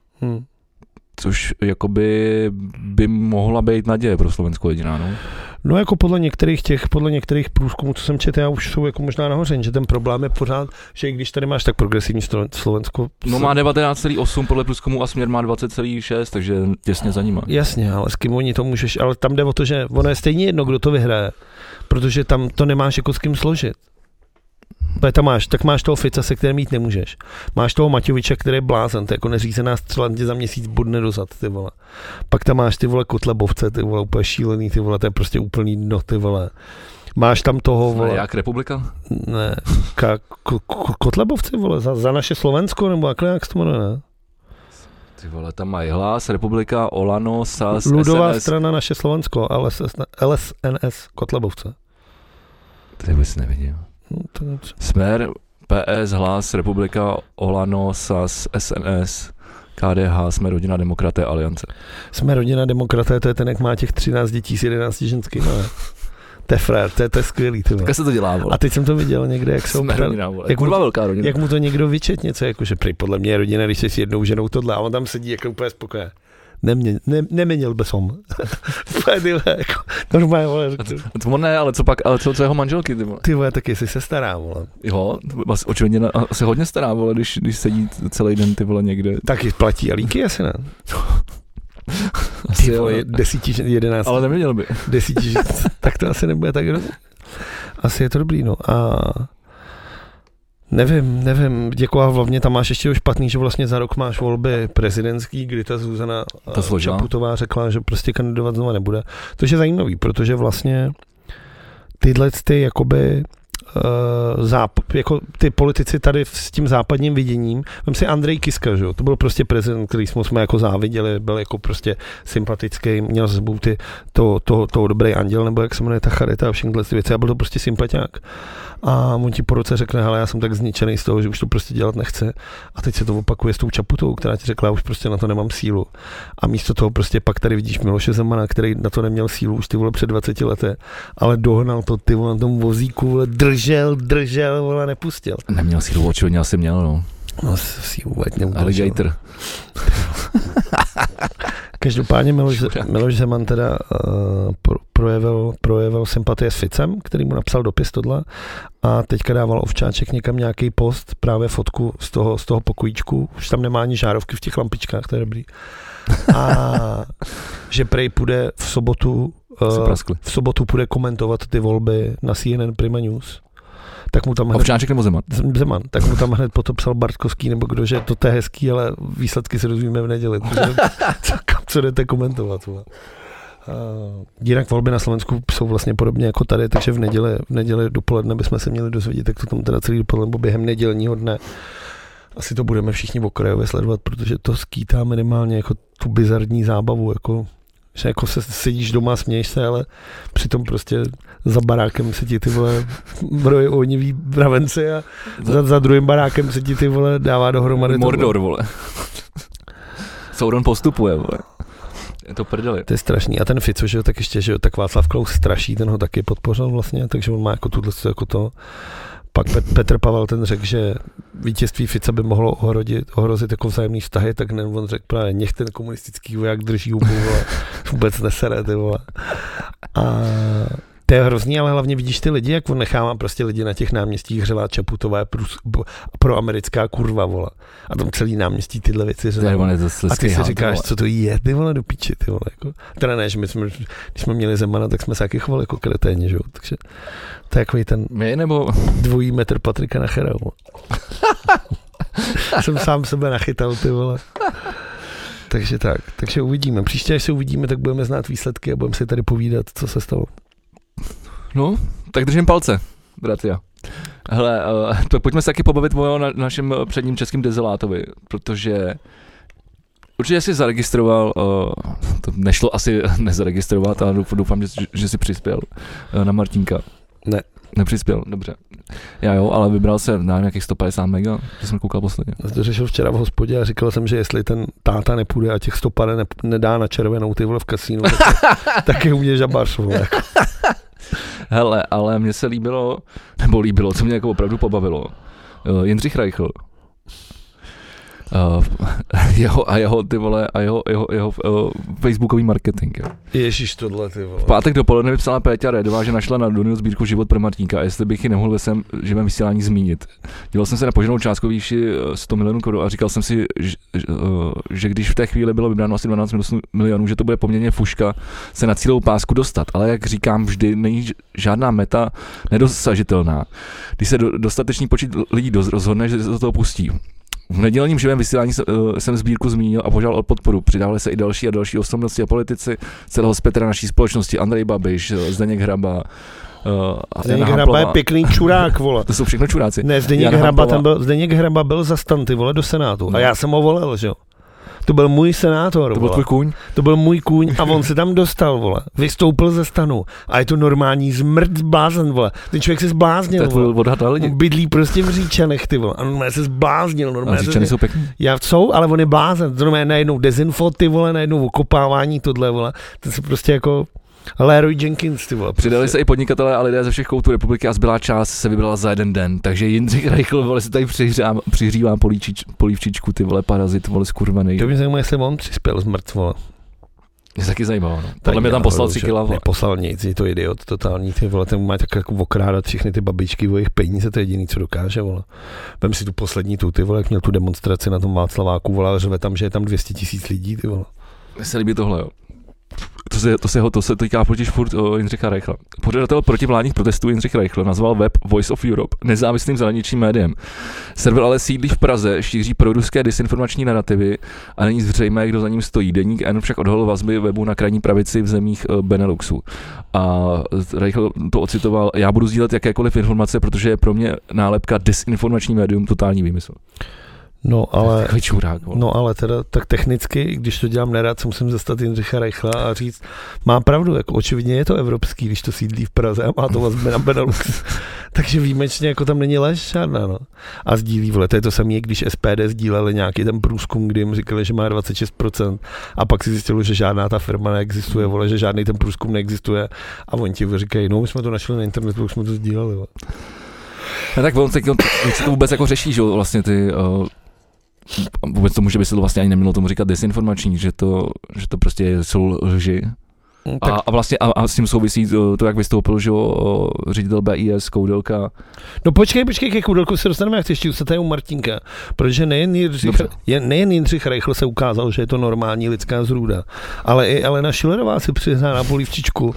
Což jakoby by mohla být naděje pro Slovensko jediná, no? No jako podle některých průzkumů, co jsem četl, já už jsou jako možná nahoře, že ten problém je pořád, že i když tady máš tak progresivní Slovensko... No má 19,8 podle průzkumu a Směr má 20,6, takže těsně za nima. Jasně, ale s kým oni to můžeš, ale tam jde o to, že ono je stejně jedno, kdo to vyhraje, protože tam to nemáš jako s kým složit. Tak máš toho Fica, se kterým jít nemůžeš. Máš toho Maťoviče, který je blázen, to je jako neřízená střela, tě za měsíc budne dozad, ty vole. Pak tam máš ty vole Kotlebovce, ty vole, úplně šílený, ty vole, to je prostě úplný dno, ty vole. Máš tam toho, vole. Jak republika? Ne, Kotlebovci, vole, za naše Slovensko, nebo jak se to jmenuje, ne? Ty vole, tam mají Hlas, republika, Olano, SAS, Ludová SNS. strana naše Slovensko, LSNS, Kotlebovce. To bys neviděl. Smer, PS, Hlas, republika, Olano, SAS, SNS, KDH, jsme rodina Demokraté, Aliance. Jsme rodina Demokraté, to je ten, jak má těch 13 dětí s 11 ženskými, ne? To je frér, to je skvělý. Tak se to dělá, vole. A teď jsem to viděl někde, jak se rodina, velká rodina. Jak mu to někdo vyčet něco, jakože podle mě je rodina, když jsi s jednou ženou tohle, a on tam sedí jako úplně spokojený. Neměnil by som. Jako, normálně, vole. To ne, ale co jeho manželky, ty vole. Ty vole, tak jestli se stará, vole. Jo, očividně se hodně stará, vole, když sedí celý den, ty vole, někde. Taky platí a líky asi ne. Asi jo, 10, 11. Ale neměl by. 10, tak to asi nebude tak hrozně. Asi je to dobrý, no. A nevím, děkuji, hlavně tam máš ještě špatný, že vlastně za rok máš volby prezidentský, kdy ta Zuzana Čaputová řekla, že prostě kandidovat znovu nebude. To je zajímavý, protože vlastně tyhle jakoby jako ty politici tady s tím západním viděním, vem si Andrej Kiska, že jo, to byl prostě prezident, který jsme jako záviděli, byl jako prostě sympatický, měl z sebou toho dobrý anděl, nebo jak se jmenuje ta charita a všechny ty věci, a byl to prostě sympatiák. A on ti po roce řekne, hele, já jsem tak zničený z toho, že už to prostě dělat nechce. A teď se to opakuje s tou Čaputou, která ti řekla, já už prostě na to nemám sílu. A místo toho prostě pak tady vidíš Miloše Zemana, který na to neměl sílu už ty vole před 20 lety, ale dohnal to ty vole na tom vozíku, vole, držel, vole, nepustil. Neměl sílu, očividně asi měl, no. No, sílu vůbec neudržel. Alligator. Každopádně Miloš Zeman teda projevil sympatie s Ficem, který mu napsal dopis tohle, a teďka dával Ovčáček někam nějaký post, právě fotku z toho pokojíčku, už tam nemá ani žárovky v těch lampičkách, to je dobrý. A že prej půjde v sobotu půjde komentovat ty volby na CNN Prima News. Tak mu tam Ovčáček nebo Zeman? Zeman. Tak mu tam hned potom psal Bartkovský nebo kdo, že to je hezký, ale výsledky se dozvíme v neděli. Co jdete komentovat? Jinak volby na Slovensku jsou vlastně podobně jako tady, takže v neděli dopoledne bychom se měli dozvědět, tak to tam teda celý dopoledne, během nedělního dne asi to budeme všichni okrajově sledovat, protože to skýtá minimálně jako tu bizarní zábavu, jako že jako se sedíš doma, směješ se, ale přitom prostě za barákem se ti ty vole brojí ohnivý mravenci a za druhým barákem se ti ty vole dává dohromady. Mordor, vole. Sauron postupuje, vole. Je to prdeli. To je strašný. A ten Fico, že jo, tak ještě, že jo, tak Václav Klaus straší, ten ho taky podpořil vlastně, takže on má jako tuhle jako to. Pak Petr Pavel ten řekl, že vítězství Fica by mohlo ohrozit jako vzájemný vztahy, tak on řekl právě, nech ten komunistický voják drží hubu, vole, vůbec nesere, ty vole. A to je hrozný, ale hlavně vidíš ty lidi, jak on nechává prostě lidi na těch náměstích řelá Čaputová proamerická kurva, vole. A tam celý náměstí tyhle věci řelá. A ty si říkáš, co to je, ty vole, do píči, ty vole. Jako. Teda ne, že když jsme měli Zemana, tak jsme se taky chovali jako kreténi, že jo. Takže to je takový ten dvojí metr Patrika Nachera, vole. Jsem sám sebe nachytal, ty vole. Takže uvidíme. Příště, až se uvidíme, tak budeme znát výsledky a budeme si tady povídat, co se stalo. No, tak držím palce, bratia. Hele, pojďme se taky pobavit o našem předním českým dezelátovi, protože určitě jsi zaregistroval, to nešlo asi nezaregistrovat, ale doufám, že jsi přispěl na Martinka. Ne. Nepřispěl, dobře. Já jo, ale vybral se na nějakých 150 mega, že jsem koukal posledně. Já to řešil včera v hospodě a říkal jsem, že jestli ten táta nepůjde a těch 150 nedá na červenou ty vole v kasínu, tak je u mě žabař. Hele, ale mně se líbilo, co mě jako opravdu pobavilo. Jindřich Reichl jeho ty vole, a jeho facebookový marketing. Jo. Ježíš, tohle ty vole. V pátek dopoledne vypsala Péťa Redová, že našla na Duniu sbírku Život pro Martinka a jestli bych ji nemohl ve svém živém vysílání zmínit. Díval jsem se na požadovanou částku výši 100 milionů korun a říkal jsem si, že když v té chvíli bylo vybráno asi 12 milionů, že to bude poměrně fuška se na cílovou pásku dostat, ale jak říkám, vždy není žádná meta nedosažitelná. Když se dostatečný počet lidí rozhodne, že se do toho pustí. V nedělním živém vysílání jsem sbírku zmínil a požádal o podporu. Přidávali se i další a další osobnosti a politici celého spektra naší společnosti. Andrej Babiš, Zdeněk Hraba. Zdeněk Hraba je pěkný čurák, vole. To jsou všechno čuráci. Ne, Zdeněk Hraba byl za stanty, vole, do Senátu. A já jsem ho volil, že jo. To byl můj senátor, to byl tvůj kůň? To byl můj kůň a on se tam dostal, vole. Vystoupil ze stanu. A je to normální zmrt blázen, vole. Ten člověk se zbláznil, vole. To je odhad na lidi. Bydlí prostě v Říčanech, ty vole. A normálně se zbláznil, normálně. A Říčany jsou pěkný. Jsou, ale on je blázen. To normálně najednou dezinfo, ty vole, najednou okopávání, tohle, vole. To se prostě jako Leroy Jenkins, ty vole. Přidali se i podnikatelé a lidé ze všech koutů republiky a zbylá část se vybrala za jeden den. Takže Jindřich Reichl, vole, se tady přihřívá polívčičku, ty vole, parazit, vole, skurvený. To mě zajímá, jestli on přispěl zmrt, vole. Mě taky zajímalo, no. Podle mě tam poslal 3 kila, vole. Neposlal nic, je to idiot totální, ty vole, ten má tak jako okrádat všechny ty babičky o jejich peníze, to je jediný, co dokáže, vole. Vem si tu poslední ty vole, jak měl tu demonstraci na tom Václaváku, vole, a řve tam, že je tam 200 000 lidí, ty vole. Mně se líbí tohle, jo. To se týká totiž furt Jindřicha Reichla. Pořadatel protivládních protestů Jindřich Reichl nazval web Voice of Europe nezávislým zahraničním médiem. Server ale sídlí v Praze, šíří proruské disinformační narrativy a není zřejmé, kdo za ním stojí. Deník N však odhalil vazby webu na krajní pravici v zemích Beneluxu. A Reichl to ocitoval: já budu sdílet jakékoliv informace, protože je pro mě nálepka disinformační médium totální výmysl. No ale teda tak technicky, když to dělám nerad, musím zastat Jindřicha Reichla a říct, má pravdu, jako očividně je to evropský, když to sídlí v Praze a má to vazby na Benelux. Takže výjimečně jako tam není lež žádná, no. A sdílí, vole, to je to samé, když SPD sdíleli nějaký ten průzkum, kdy jim říkali, že má 26% a pak si zjistilo, že žádná ta firma neexistuje, vole, že žádný ten průzkum neexistuje a oni ti říkají, no my jsme to našli na internetu, už jsme to sdíleli, vole. No tak on se to vůbec jako řeší, že vlastně ty vůbec to může by se to vlastně ani nemělo tomu říkat desinformační, že to prostě jsou lži. A vlastně a s tím souvisí to, jak vystoupil, že ředitel BIS Koudelka. No počkej, ke Koudelku se dostaneme, jak ještě se tady u Martinka, protože nejen Jindřich Reichl se ukázal, že je to normální lidská zrůda, ale i Alena Schillerová si přizná na polívčičku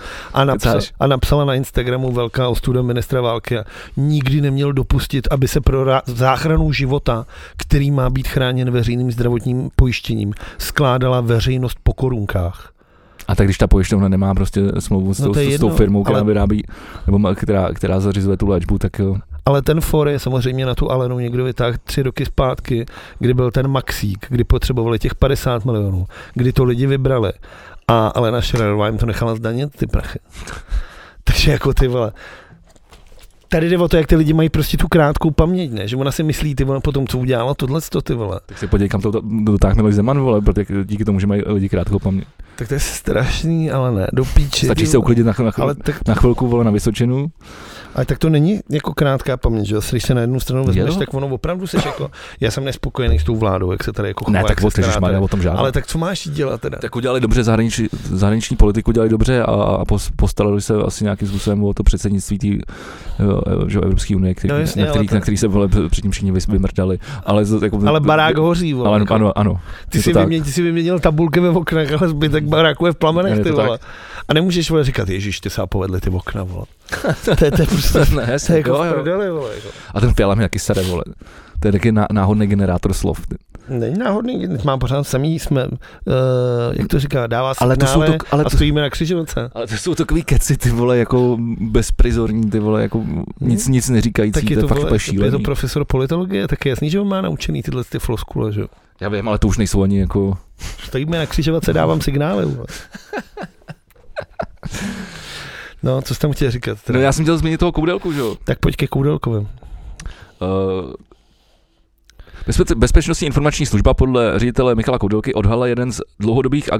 a napsala na Instagramu velká ostuda ministra Války. Nikdy neměl dopustit, aby se pro záchranu života, který má být chráněn veřejným zdravotním pojištěním, skládala veřejnost po korunkách. A tak když ta pojišťovna nemá prostě smlouvu s tou firmou, která vyrábí, nebo která zařizuje tu léčbu, tak jo. Ale ten for je samozřejmě na tu Alenu někdo vytáhl 3 roky zpátky, kdy byl ten Maxík, kdy potřebovali těch 50 milionů, kdy to lidi vybrali. A Alena Schillerová jim to nechala zdanit, ty prachy. Takže jako ty vole. Tady jde o to, jak ty lidi mají prostě tu krátkou paměť, ne? Že ona si myslí, ty vole, potom co udělala tohleto, ty vole. Tak si podívej, kam to dotáhne Miloš Zeman, vole, protože díky tomu, že mají lidi krátkou paměť. Tak to je strašný, ale ne, do píči. Stačí se uklidit na chvilku, vole, na Vysočinu. Ale tak to není jako krátká paměť, že když se na jednu stranu vezmeš, tak ono opravdu seš jako, já jsem nespokojený s tou vládou, jak se tady jako chová. Ne, tak o tom žádná. Ale tak co máš dělat teda? Tak udělali dobře zahraniční politiku, dělali dobře a postarali se asi nějakým způsobem o to předsednictví té Evropské unie, na který se vole předtím všichni vymrdali. Ale barák hoří, vole. Ale ano. Ty si vyměnil tabulky ve oknách, ale zbytek baráku je v plamenech, ty vole. A nemůžeš, vole, říkat, ježiš, ty se povedli ty okna, vole. To je prostě, to je jako v prdeli, vole. A ten Fiala mi taky sere, vole. To je taky náhodný generátor slov. Není náhodný, mám pořád samý, jsme, jak to říká, dává signály a stojíme na křižovatce. Ale to jsou takový keci, ty vole, jako bezprizorní, ty vole, jako nic neříkající, tak to je fakt úplně šílený. Je to profesor politologie, tak je jasný, že on má naučený tyhle ty floskule, že jo. Já vím, ale to už nejsou ani jako... Stojíme na křižovatce, dávám signály, vole. No, co jsi tam chtěl říkat? Teda? No já jsem chtěl zmínit toho Koudelku, že jo? Tak pojď ke Koudelkovi. Bezpečnostní informační služba podle ředitele Michala Koudelky odhalila jeden z dlouhodobých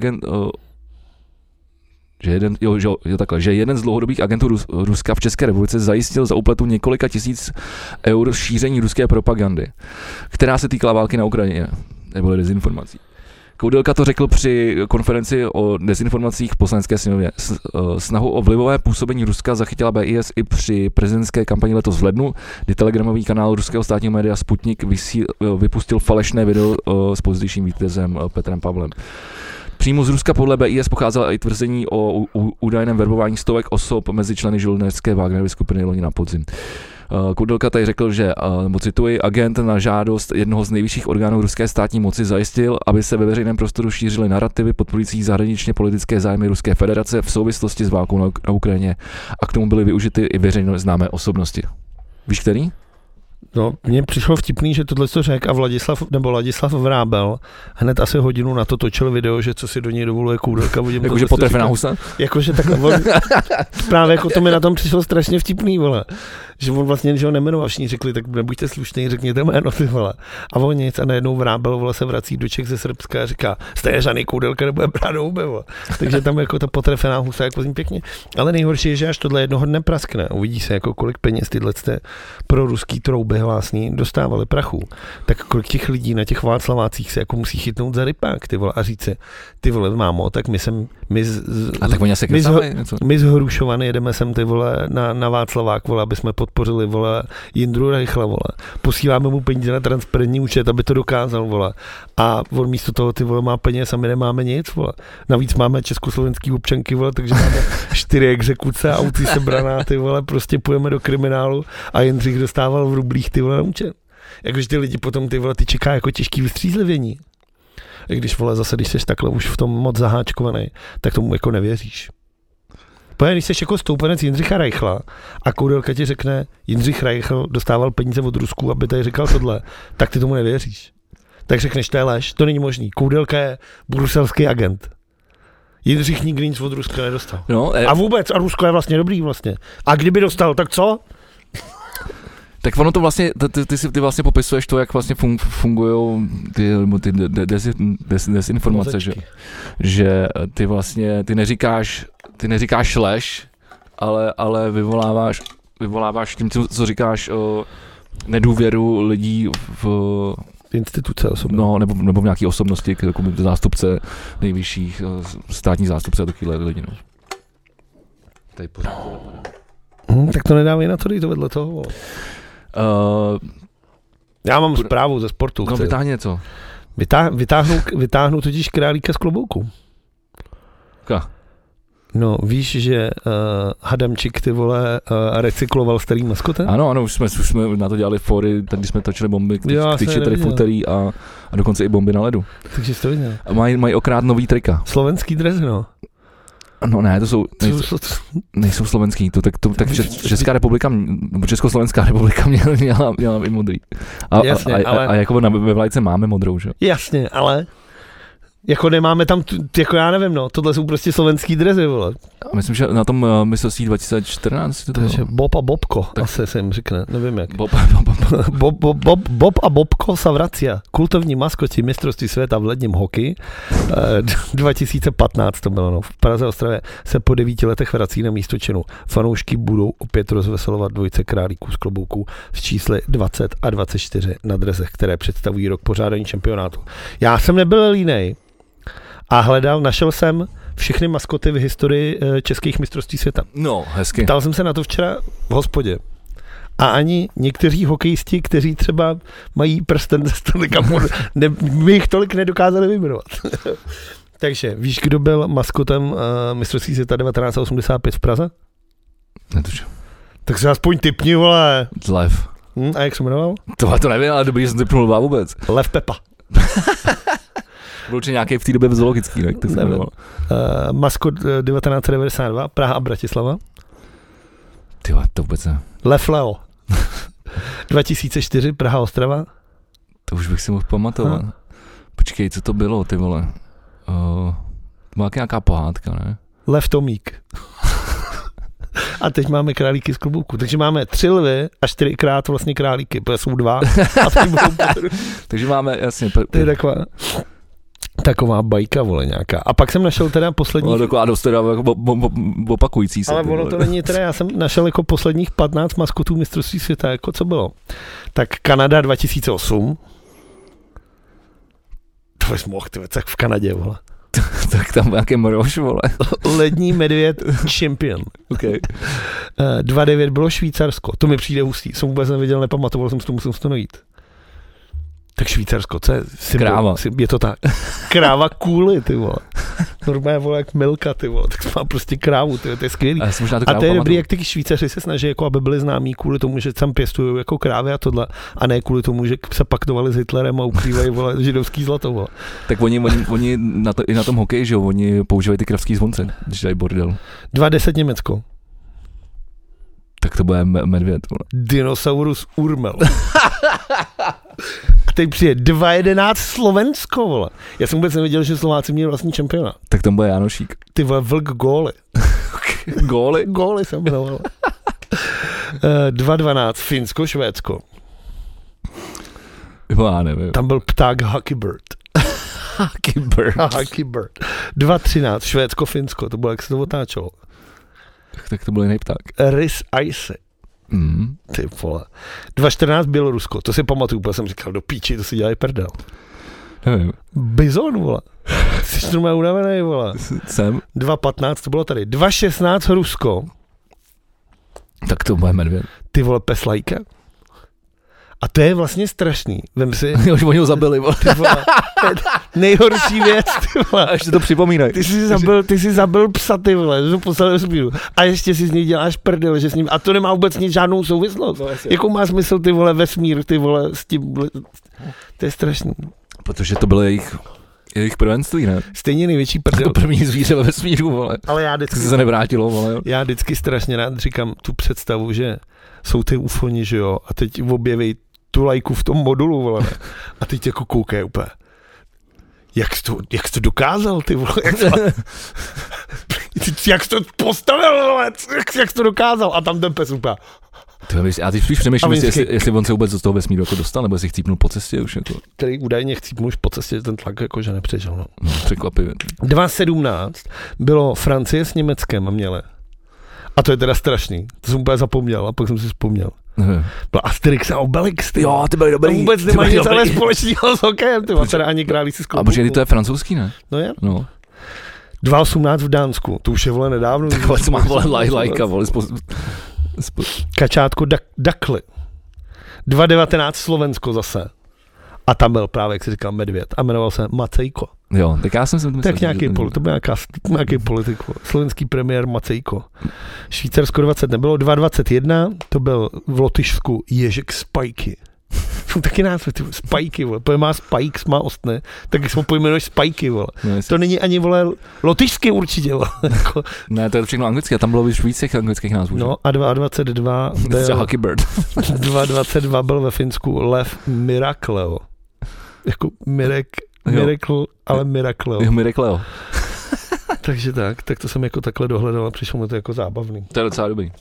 že jeden z dlouhodobých agentů Ruska v České republice zajistil za úplatu několika tisíc eur šíření ruské propagandy, která se týkala války na Ukrajině. nebo dezinformací. Koudelka to řekl při konferenci o dezinformacích v Poslanecké sněmovně. Snahu o vlivové působení Ruska zachytila BIS i při prezidentské kampani letos v lednu, kdy telegramový kanál ruského státního média Sputnik vypustil falešné video s pozdějším vítězem Petrem Pavlem. Přímo z Ruska podle BIS pocházela i tvrzení o údajném verbování stovek osob mezi členy žoldnerské Wagnerovy skupiny loni na podzim. Koudelka tady řekl, že, cituji, agent na žádost jednoho z nejvyšších orgánů ruské státní moci zajistil, aby se ve veřejném prostoru šířily narrativy podporující zahraničně politické zájmy Ruské federace v souvislosti s válkou na Ukrajině a k tomu byly využity i veřejně známé osobnosti. Víš který? No, mně přišlo vtipný, že tohle to řekl a Ladislav Vrábel hned asi hodinu na to točil video, že co si do něj dovoluje Koudelka. Jakože potrefená husa? Jakože tak právě jako to mi na tom přišlo strašně vtipný, vole. Že on vlastně, že ho nemenoval, všichni řekli, tak nebuďte slušný, řekněte jméno, ty vole. A on nic a najednou Vrábel, vole, se vrací do Čech ze Srbska a říká, stejně žádný Koudelka nebude brát do huby, vole. Takže tam jako ta potrefená husa, jako zní pěkně. Ale nejhorší je, že až tohle jednoho dne praskne. Uvidí se, jako kolik peněz tyhle pro ruský trouby hlásný dostávali prachu. Tak kolik těch lidí na těch Václavácích se jako musí chytnout za rypák, ty vole, a říct si, ty vole, mámo, tak my z Hrušovany jedeme sem, ty vole, na Václavák, vole, aby jsme podpořili, vole, Jindru Reichla, vole. Posíláme mu peníze na transparentní účet, aby to dokázal, vole. A on místo toho, ty vole, má peněz a my nemáme nic, vole. Navíc máme československý občanky, vole, takže máme 4 exekuce a auty sebraná, ty vole, prostě půjdeme do kriminálu a Jindřich dostával v rublích, ty vole, na účet. Jakože ty lidi potom, ty vole, ty čeká jako těžký vystřízlivění. I když, vole, zase, když jsi takhle už v tom moc zaháčkovaný, tak tomu jako nevěříš. Protože když jsi jako stoupenec Jindřicha Reichla a Koudelka ti řekne, Jindřich Reichl dostával peníze od Rusku, aby tady říkal tohle, tak ty tomu nevěříš. Tak řekneš, to je lež, to není možný. Koudelka je bruselský agent. Jindřich nikdy nic od Ruska nedostal. No, a vůbec, a Rusko je vlastně dobrý vlastně. A kdyby dostal, tak co? Tak ono to vlastně, ty vlastně popisuješ to, jak vlastně fungují ty dezinformace, že ty vlastně, ty neříkáš lež, ale vyvoláváš tím, co říkáš, nedůvěru lidí v instituce osobně. No, nebo v nějaké osobnosti, jako zástupce nejvyšších, státní zástupce a takovýhle lidi, no. Tady pořád to vypadá. Tak to nedávají na to, dej to vedle toho. Já mám zprávu ze sportu. No, vytáhni něco. Vytáhnu totiž králíka z klobouku. No, víš, že Hadamčík, ty vole, recykloval starý maskotem? Ano, už jsme na to dělali fóry, když jsme točili bomby, tyči tady v úterý a dokonce i bomby na ledu. Takže jsi to viděl. Mají okrát nový trika. Slovenský dres, no. No ne, nejsou slovenský, tak Česká republika, Československá republika měla i modrý. A jako ve vlajce máme modrou, že? Jasně, ale jako nemáme tam, jako já nevím, no, tohle jsou prostě slovenský drezy, vole. Myslím, že na tom mistrovství 2014 to takže Bob a Bobko, tak asi se jim řekne, nevím jak. Bob a Bobko sa vracia, kultovní maskoti mistrovství světa v ledním hokeji. 2015 to bylo, no. V Praze Ostravě se po 9 letech vrací na místo činu. Fanoušky budou opět rozveselovat dvojice králíků z klobouků s čísly 20 a 24 na drezech, které představují rok pořádání šampionátu. Já jsem nebyl línej a našel jsem všechny maskoty v historii českých mistrovství světa. No, hezky. Ptal jsem se na to včera v hospodě. A ani někteří hokejisti, kteří třeba mají prsten ze Stanley Cupu, my jich tolik nedokázali vyjmenovat. Takže víš, kdo byl maskotem mistrovství světa 1985 v Praze? Netučím. Tak se aspoň tipni, vole. Lev. A jak se jmenoval? To nevím, ale dobrý, že jsem tipnul vůbec. Lev Pepa. Byl určitě nějaký v té době zoologický, tak to se jmenoval. Maskot 1992, Praha a Bratislava. Tyhle, to vůbec ne. Lev Leo. 2004, Praha Ostrava. To už bych si mohl pamatovat. Počkej, co to bylo, ty vole? To byla nějaká pohádka, ne? Lev Tomík. A teď máme králíky z klobouku. Takže máme 3 lvy a 4krát vlastně králíky, protože jsou 2. Takže máme, jasně. To je taková bajka, vole, nějaká. A pak jsem našel teda posledních... Taková dost teda opakující se. Ale ono to není teda, já jsem našel jako posledních 15 maskotů mistrovství světa, jako co bylo. Tak Kanada 2008. To bys mohl, tak v Kanadě, vole. Tak tam nějaký mrož, vole. Lední medvěd champion. Okay. 2-9 bylo Švýcarsko. To mi přijde hustý. Jsem vůbec nevěděl, nepamatoval jsem si to, musím si to najít. Tak Švýcarsko, co je symbol? Kráva. Je to tak. Kráva kůly, ty vole. Normálně, vole, jak Milka, ty vole. Tak má prostě krávu, ty, to je skvělý. A to je dobrý, jak ty Švýcaři se snaží, jako aby byli známí kvůli tomu, že tam pěstují jako krávy a tohle. A ne kvůli tomu, že se paktovali s Hitlerem a ukrývají, vole, židovský zlato, vole. Tak oni i na tom hokeji, že jo, oni používají ty kravský zvonce, když dají bordel. 2-10 Německo. Tak to bude medvěd, vole. Dinosaurus Urmel. A teď přijde 2-11 Slovensko, vole. Já jsem vůbec nevěděl, že Slováci měli vlastní čempionát. Tak tam bude Janošík. Ty vole, vlk góly. Góly? Góly jsem byl. 2-12 Finsko, Švédsko. Já nevím. Tam byl pták Hucky Bird. Hucky Bird. 2-13 Švédsko, Finsko. To bylo, jak se to otáčelo. Tak to byl jiný pták. Rys Ice. Ty vole. 2-14 Bělorusko. To si pamatuju, protože jsem říkal, do píči, to si dělají prdel. Nevím. Bizon, vole. Jsi to má unavený, vole. Jsem. 2-15, to bylo tady. 2-16 Rusko. Tak to bude medvěd. Ty vole, pes Lajka. A to je vlastně strašný. Vem si. Už oni ho zabili, vole. Ty vole. Nejhorší věc, ty vole. A ještě to připomínají. Ty jsi zabil psa, ty vole, to poslal do a ještě si z něj děláš prdel, že s ním, a to nemá vůbec nic, žádnou souvislost. No, jakou má smysl, ty vole, vesmír, ty vole, s tím, to je strašný. Protože to bylo jejich prvenství, ne? Stejně největší prdel. To první zvíře ve vesmíru, vole. Ale já vždycky se nevrátilo, vole. Já vždycky strašně rád říkám tu představu, že jsou ty ufoni, že jo, a teď objeví tu lajku v tom modulu, vole, a teď jako koukají úplně. Jak jsi to dokázal, ty vole? Jak jsi to postavil, vole? Jak jsi to dokázal? A tam ten pes úplně. Já teď spíš přemýšlím, jestli on se vůbec z toho vesmíru jako dostal, nebo jestli chcípnul po cestě už. Jako. Který údajně chcípnul už po cestě, ten tlak jakože nepřežil. No. Překvapivě. 2-17 bylo Francie s Německem měle. A to je teda strašný. To jsem úplně zapomněl a pak jsem si vzpomněl. Byl Asterix a Obelix, ty. Jo, ty byly dobrý. To vůbec nemají nic ale společného s hokejem, ty. Teda ani králíci z kloubouku. A počkej, to je francouzský, ne? No je. No. 2-18 v Dánsku, to už je, vole, nedávno. Takhle se má, vole, lajka, vole. Kačátko Dakly. 2-19 Slovensko zase. A tam byl právě, jak si říkal, medvěd. A jmenoval se Macejko. Jo, tak já jsem si myslel. Tak to byl nějaký politik. Slovenský premiér Macejko. Švýcarsko 20 nebylo. 2-21, to byl v Lotyšsku Ježek Spajky. Taky název, ty Spajky, vole. Pojem má Spikes, má ostne, tak jsme pojmenuješ Spajky, vole. No, to není ani, vole, lotyšsky určitě, vole. Ne, to je všechno anglické, a tam bylo víc těch anglických názvů. No a 2-22 byl... Hucky Bird. 2-22 byl ve Finsku Lev Mirakleo. Jako Miracle, ale Mirakleo. Jo, Mirakleo. Takže tak to jsem jako takhle dohledal a přišlo mi to jako zábavný. To je docela dobrý.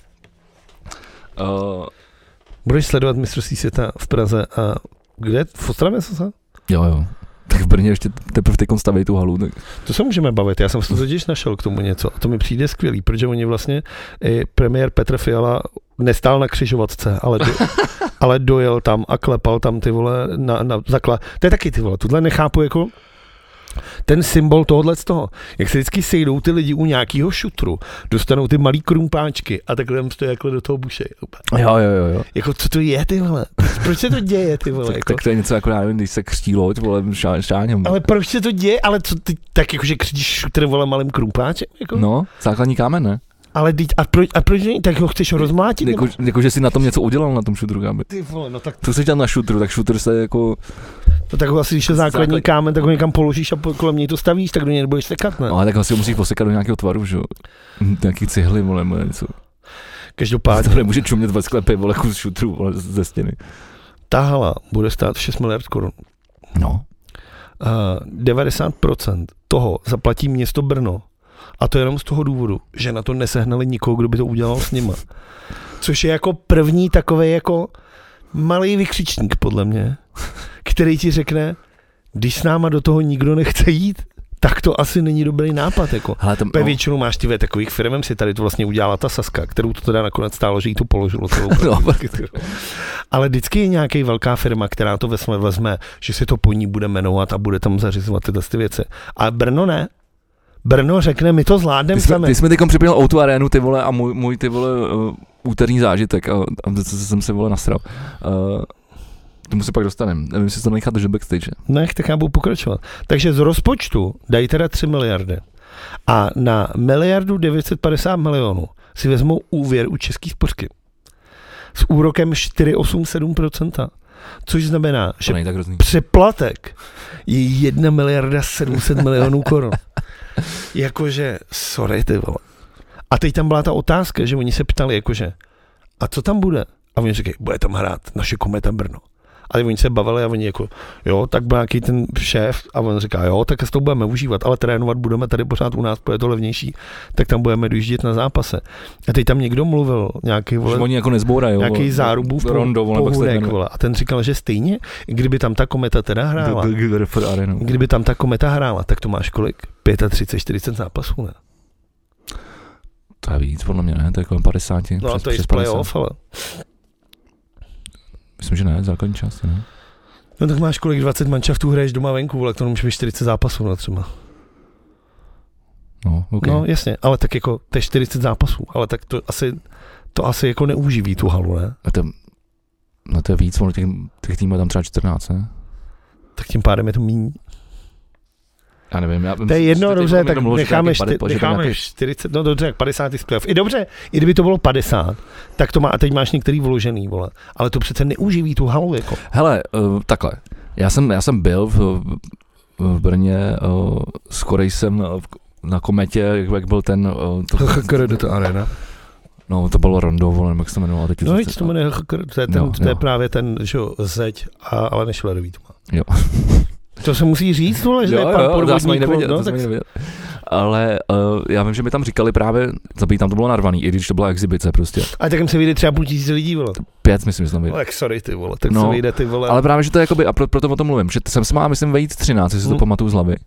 Budeš sledovat mistrovství světa v Praze a kde? V Ostravě zase? Jo. Tak v Brně ještě teprve teď staví tu halu. Tak... To se můžeme bavit, já jsem se totiž našel k tomu něco a to mi přijde skvělý, protože oni vlastně, premiér Petr Fiala nestál na křižovatce, ale dojel tam a klepal tam ty vole na zaklad. To je taky ty vole, tuhle nechápu jako ten symbol tohohle z toho. Jak se vždycky sejdou ty lidi u nějakého šutru, dostanou ty malý krumpáčky a takhle tam stojí jako do toho buše. Jo. Jako co to je, ty vole? Proč se to děje, ty vole? Tak to je něco jako, nevím, když se křtí loď, vole, šáněm. Ale proč se to děje? Ale co ty, tak jakože křtíš šutr, vole, malým krumpáčem? Jako? No, základní kámen, ne? Ale a proč tak ho chceš rozmlátit? Jako, že jsi na tom něco udělal na tom šutru, kámen. Ty vole, no tak... Co jsi dělal na šutru, tak šutr se jako... No tak asi, když je základní kámen, tak ho někam položíš a kolem něj to stavíš, tak do něj nebudeš sekat, ne? No, ale tak ho si musíš posekat do nějakého tvaru, že jo? Nějaký cihly, vole, něco. Každopádně. To nemůže čumět ve sklepě, vole, kus šutru, vole, ze stěny. Ta hala bude stát 6 miliard korun. No. 90% toho zaplatí město Brno. A to jenom z toho důvodu, že na to nesehnali nikoho, kdo by to udělal s nima. Což je jako první takovej jako malý vykřičník, podle mě, který ti řekne, když s náma do toho nikdo nechce jít, tak to asi není dobrý nápad. Jako. Hele, tam, většinou máš ty takových firmem, si tady to vlastně udělala ta Saska, kterou to teda nakonec stálo, že jí to položilo celou. Ale vždycky je nějaký velká firma, která to vezme, že si to po ní bude jmenovat a bude tam zařizovat tyhle ty věci. A Brno ne. Brno řekne, my to zvládneme sami. Ty jsme teďkom připomněl O2 arénu, ty vole, a můj ty vole úterní zážitek a jsem se vole nasral. Tomu se pak dostaneme. Nevím, jestli to nechat do backstage. Nech, tak já budu pokračovat. Takže z rozpočtu dají teda 3 miliardy. A na 1 950 000 000 si vezmou úvěr u České spořky. S úrokem 4,87%. Což znamená, že přeplatek je 1 700 000 000 korun. Jakože, sorry ty vole. A teď tam byla ta otázka, že oni se ptali, jakože, a co tam bude? A oni říkají, bude tam hrát naše Kometa Brno. Ale oni se bavili a oni jako, jo, tak byl nějaký ten šéf a on říká, jo, tak se to budeme užívat, ale trénovat budeme tady pořád u nás, bude to levnější, tak tam budeme dojíždět na zápase. A teď tam někdo mluvil, nějaký vole, oni jako nezbourají, nějaký Zárubův pohůdek, vole, a ten říkal, že stejně, kdyby tam ta Kometa teda hrála, kdyby tam ta Kometa hrála, tak to máš kolik? 35-40 zápasů, ne? To je víc, podle mě ne, to je kolem 50. No a to je z playoff, ale... Myslím, že ne, základní část, ne? No tak máš kolik, 20 manšaftů hraješ doma venku, ale to může být 40 zápasů, no třeba. No, okay. No jasně, ale tak jako, to je 40 zápasů, ale tak to asi jako neuživí tu halu, ne? No to je víc, těch týmů je tam třeba 14, ne? Tak tím pádem je to míň. Já nevím. To je jedno, dobře, tak necháme 40, no dobře, jak 50 z playoff. I dobře, i kdyby to bylo 50, tak to má, a teď máš některý vložený, vole. Ale to přece neuživí tu halu, jako. Hele, takhle, já jsem byl v Brně, skorej jsem na Kometě, jak byl ten... to arena. No, to bylo Rondo, vole, jak se to jmenovalo. No, víc to jmenuje, to je právě ten, že jo, zeď, ale Nešlerový to má. Jo. To se musí říct, vole, že je pan podvodník. Ale já vím, že mi tam říkali právě, tam to bylo narvaný, i když to byla exibice prostě. A tak se vyjde třeba 5 000 lidí, vole. 5, myslím, že tam vyjde. Tak sorry, ty vole, tak se vyjde, ty vole. Ale právě, že to je jakoby, a proto o tom mluvím, že jsem se má, myslím, vejít 13, jestli to pamatuju z hlavy.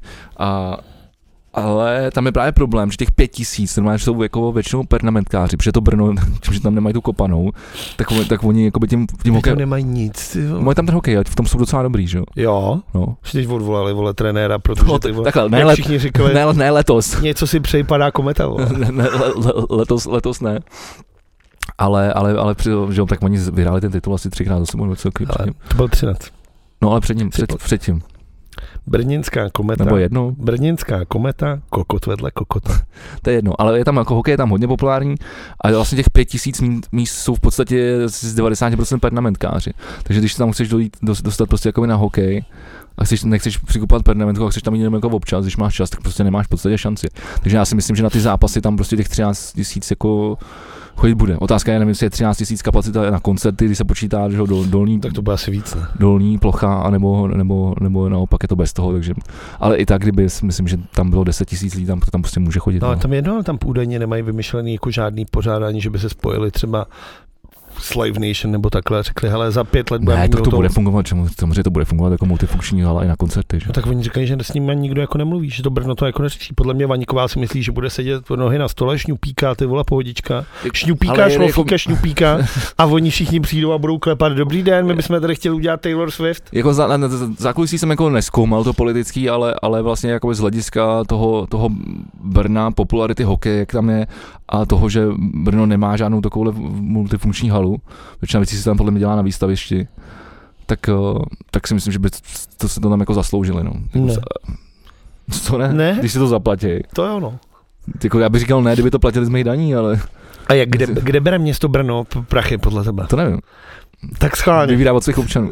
Ale tam je právě problém, že těch 5 000 normálně jsou jako většinou pernamentkáři, protože to Brno, že tam nemají tu kopanou, tak oni jakoby tím hokejem nemají nic. Mají tam ten hokej, v tom jsou docela dobrý, že jo? Jo. No. Že teď odvolali, vole, trenéra, protože ty vole, takhle, všichni říkali, ne letos. Něco si přejpadá Kometa, vole. Letos ne. Ale že jo, tak oni vyhráli ten titul asi 3krát za sebou. To byl 13. No ale předtím. Brněnská Kometa. Nebo jednou. Brněnská Kometa, kokot vedle kokota. To je jedno, ale je tam jako hokej je tam hodně populární a vlastně těch 5 000 míst jsou v podstatě z 90% pernamentkáři. Takže když tam chceš dostat prostě jako na hokej a nechceš přikupovat pernamentku a chceš tam jít jenom jako občas, když máš čas, tak prostě nemáš v podstatě šanci. Takže já si myslím, že na ty zápasy tam prostě těch 13 000 jako chodit bude. Otázka je, nevím, jestli je 13 000 kapacita na koncerty, když se počítá, že dolní, tak to bude asi víc, ne? Dolní plocha, nebo naopak je to bez toho, takže, ale i tak, kdyby, myslím, že tam bylo 10 000 lidí, tam prostě může chodit. No, ale tam jedno, tam údajně nemají vymyšlený jako žádný pořádání, že by se spojili třeba Slave Nation nebo takhle, řekli, hele, za 5 let budeme. Ne, tak to bude fungovat, samozřejmě to bude fungovat jako multifunkční hala i na koncerty. Že? No, tak oni říkají, že s ním nikdo jako nemluví, že to Brno to jako neřeší. Podle mě Vaníková si myslí, že bude sedět nohy na stole, šňupíka, ty vole, pohodička, šňupíka, šlofíka, šňupíka a oni všichni přijdou a budou klepat, dobrý den, my bychom tady chtěli udělat Taylor Swift. Jako zákulisí jsem jako nezkoumal to politický, ale vlastně jako z hlediska toho Brna, popularity hokeje, jak tam je, a toho, že Brno nemá žádnou takovou multifunkční halu, většina věcí se tam podle mě dělá na výstavišti, tak si myslím, že by to se to tam jako zasloužili. No. Ne. Co ne? Ne? Když si to zaplatí. To je ono. Jako já bych říkal ne, kdyby to platili z mých daní, ale... A kde bere město Brno prachy podle tebe? To nevím. Tak schválně. Vybírá od svých občanů.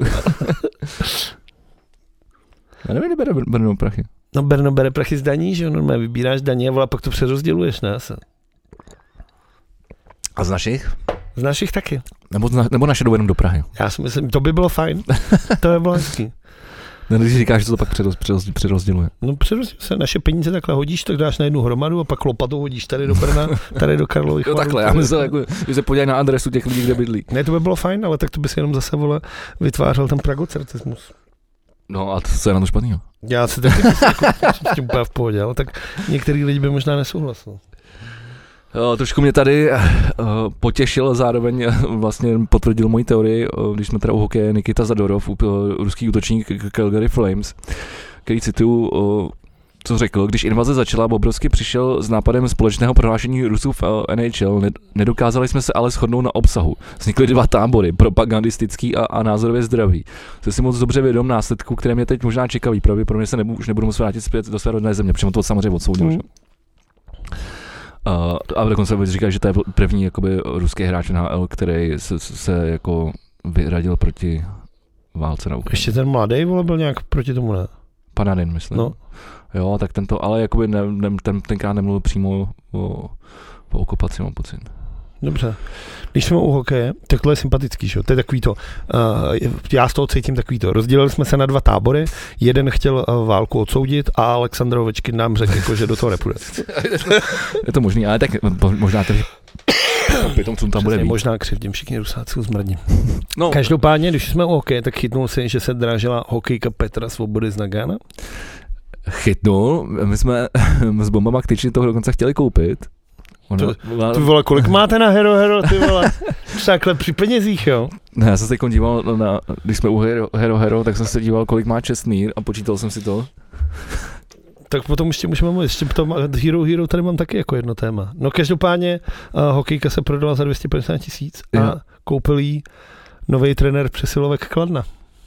Já nevím, kde bere Brno prachy. No Brno bere prachy z daní, že normálně vybíráš daně a pak to přerozděluješ, ne? A z našich? Z našich taky. Nebo naše jdou jenom do Prahy. Já si myslím, to by bylo fajn. To by bylo hezký. No, když říkáš, že to pak přerozděluje. No přerozděluje se, naše peníze takhle hodíš, tak dáš na jednu hromadu a pak lopatou hodíš tady do Brna, tady do Karlových. Jo takhle, já myslím, jako, že se podívají na adresu těch lidí, kde bydlí. Ne, to by bylo fajn, ale tak to by si jenom zase vytvářel ten pragocertismus. No a co je na to špatného? Já se taky jako, s tím úplně v pohodě, ale tak některý lidi by možná nesouhlasil. Trošku mě tady potěšil, zároveň vlastně potvrdil moji teorii, když jsme teda u hokeje, Nikita Zadorov, ruský útočník Calgary Flames, který cituju, co řekl, když invaze začala, Bobrovský přišel s nápadem společného prohlášení Rusů v NHL. Nedokázali jsme se ale shodnout na obsahu. Vznikly 2 tábory, propagandistický a názorově zdravý. Jsem si moc dobře vědom následků, které mě teď možná čekají. Pravděpodobně se už nebudu muset vrátit zpět do své rodné země, přímo to samozřejmě odsoudil. A dokonce říká, že to je první jakoby ruský hráč NHL, který se jako vyradil proti válce na Ukrajině. Ještě ten mladý vole byl nějak proti tomu, ne? Panadin, myslím. No. Jo, tak tento, ale jakoby tenkrát nemluvil přímo o okupaci, mám pocit. Dobře. Když jsme u hokeje, tak to je sympatický, že? To je takový to, já z toho cítím takový to. Rozdělili jsme se na 2 tábory, jeden chtěl válku odsoudit a Aleksandr Ovečkin nám řekl, jako, že do toho nepůjde. Je to možný, ale tak možná tedy tom, co tam bude víc. Možná křivdím, všichni Rusáci jsou zmrdní. No. Každopádně, když jsme u hokeje, tak chytnul si, že se dražila hokejka Petra Svobody z Nagana? Chytnul, my jsme s Bombama Ktyči toho dokonce chtěli koupit. Ty vole, kolik máte na Hero, ty vole? Takhle při penězích, jo? Ne, já jsem se díval když jsme u Hero, tak jsem se díval, kolik má Čestmír a počítal jsem si to. Tak potom ještě můžeme mluvit, ještě potom Hero tady mám taky jako jedno téma. No každopádně hokejka se prodala za 250 000 a koupil jí nový trenér přesilovek Kladna.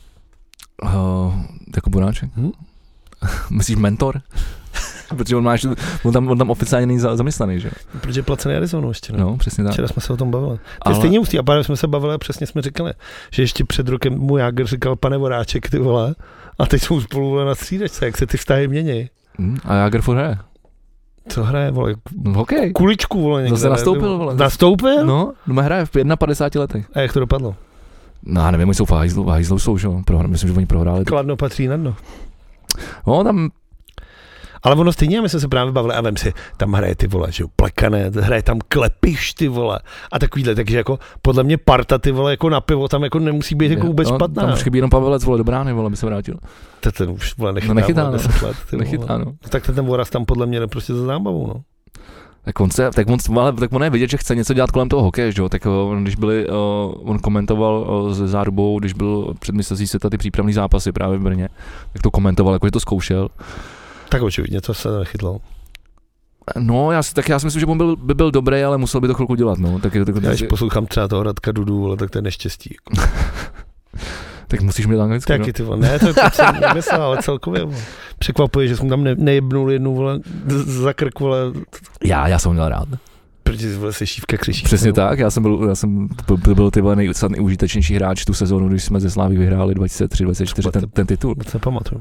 Jako Bonáček? Myslíš mentor? Protože on tam oficiálně není zaměstnaný, že? Protože je placený Arizonu ještě, ne? No, přesně tak. Včera jsme se o tom bavili. To je stejně ústý, a pár jsme se bavili a přesně jsme říkali, že ještě před rokem mu Jágr říkal pane Voráček, ty vole, a teď jsou spolu na střídačce, jak se ty vztahy mění. A Jágr furt hraje. Co hraje, vole? Hokej. Kuličku, vole, někde. Zase nastoupil, vole. Nastoupil? No hraje v 51 letech. A jak to dopadlo? No, já nevím, oni jsou v hajzlu jsou, že jo. Myslím, že oni prohráli. Kladno patří na dno. No, tam... Ale ono stejně, my jsme se právě bavili a vem si, tam hraje ty vole, že jo, Plekané, hraje tam Klepiš, ty vole, a takovýhle, takže jako podle mě parta, ty vole, jako na pivo, tam jako nemusí být jako vůbec špatná. Tam už chybí jenom Pavelec, vole, do brány, vole, by se vrátil. Ten už, vole, nechytá, vole, 10 let, ty nechytá, no. Tak ten Voraz tam podle mě prostě za zábavou, no. Tak on je vidět, že chce něco dělat kolem toho hokeje, že jo, tak když on komentoval se Zárubou, když byl před mistrovství světa ty přípravný zápasy právě v Brně, tak to komentoval, jako že to zkoušel. Tak očividně, to se nechytlo. No, já si myslím, že on by byl dobrý, ale musel by to chvilku dělat, no. Já když poslouchám třeba toho Radka Dudu, ale tak to je neštěstí. Jako. Tak musíš mít anglicky, taky, ty vole, ne, to jsem nemyslel, ale celkově, vole. Překvapuje, že jsem tam nejebnul jednu, vole, za krk, vole. Já jsem měl rád. Protože vole, se šívka křiší. Přesně tak, to byl ty vole nejúžitečnější hráč tu sezónu, když jsme ze Slávy vyhráli 2003-2004 ten titul. To se pamatuju.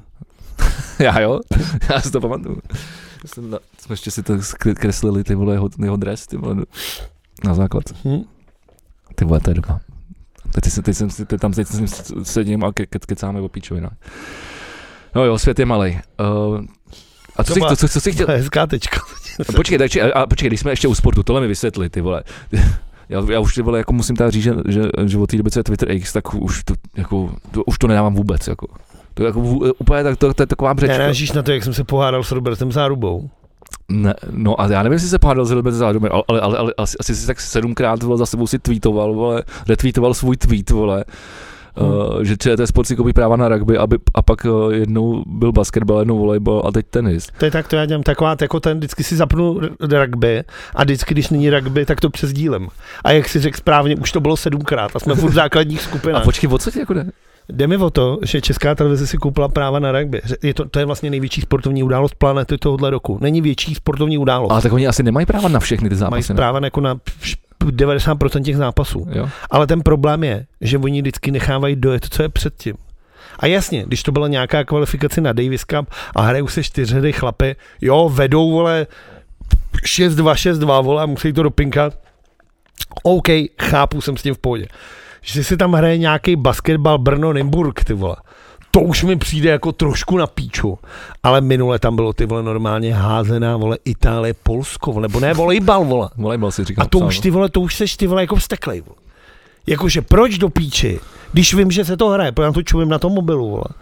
Já si to pamatuju. Jsme ještě si to kreslili, ty vole, jeho dres, ty vole, na základ. Ty vole, to je doba. Teď jsem sedím a kecáme o píčovinách. No jo, svět je malej. A co jsi chtěl? Hezká tečka. Počkej, když jsme ještě u sportu, tohle mi vysvětli, ty vole. Já už ty vole, jako musím teda říct, že od té doby, co je Twitter X, tak už to nedávám vůbec, jako. To je jako úplně to je taková břečka. Nenážíš na to, jak jsem se pohádal s Robertem Zárubou. Ne, no a já nevím, jestli se pohádal s Robertem Zárubou, ale asi si tak 7krát vole, za sebou si tweetoval, vole, retweetoval svůj tweet, vole, že ČT Sport si koupí práva na rugby, a pak jednou byl basketbal, jednou volejbal a teď tenis. To je tak, to já dělám taková, jako ten vždycky si zapnu rugby a vždycky, když není rugby, tak to přesdílem. A jak si řekl správně, už to bylo 7krát a jsme furt v základních skupinách. A počkej, o co ti jako jde? Jde mi o to, že Česká televize si koupila práva na rugby. To je vlastně největší sportovní událost planety tohohle roku. Není větší sportovní událost. Ale tak oni asi nemají práva na všechny ty zápasy. Mají práva jako na 90% těch zápasů. Jo. Ale ten problém je, že oni vždycky nechávají dojet, co je předtím. A jasně, když to byla nějaká kvalifikace na Davis Cup a hrajou se 4 chlapy, jo, vedou, vole, 6-2, vole, a musí to dopinkat. OK, chápu, jsem s tím v pohodě. Že si tam hraje nějaký basketbal Brno-Nymburk, ty vole. To už mi přijde jako trošku na píču. Ale minule tam bylo, ty vole, normálně házená, vole, Itálie, Polsko, nebo ne, volejbal, vole. Volejbal si říkám. A to už, ty vole, to už seš, ty vole, jako vzteklej, vole. Jakože proč do píči, když vím, že se to hraje, protože já to čumím na tom mobilu, vole.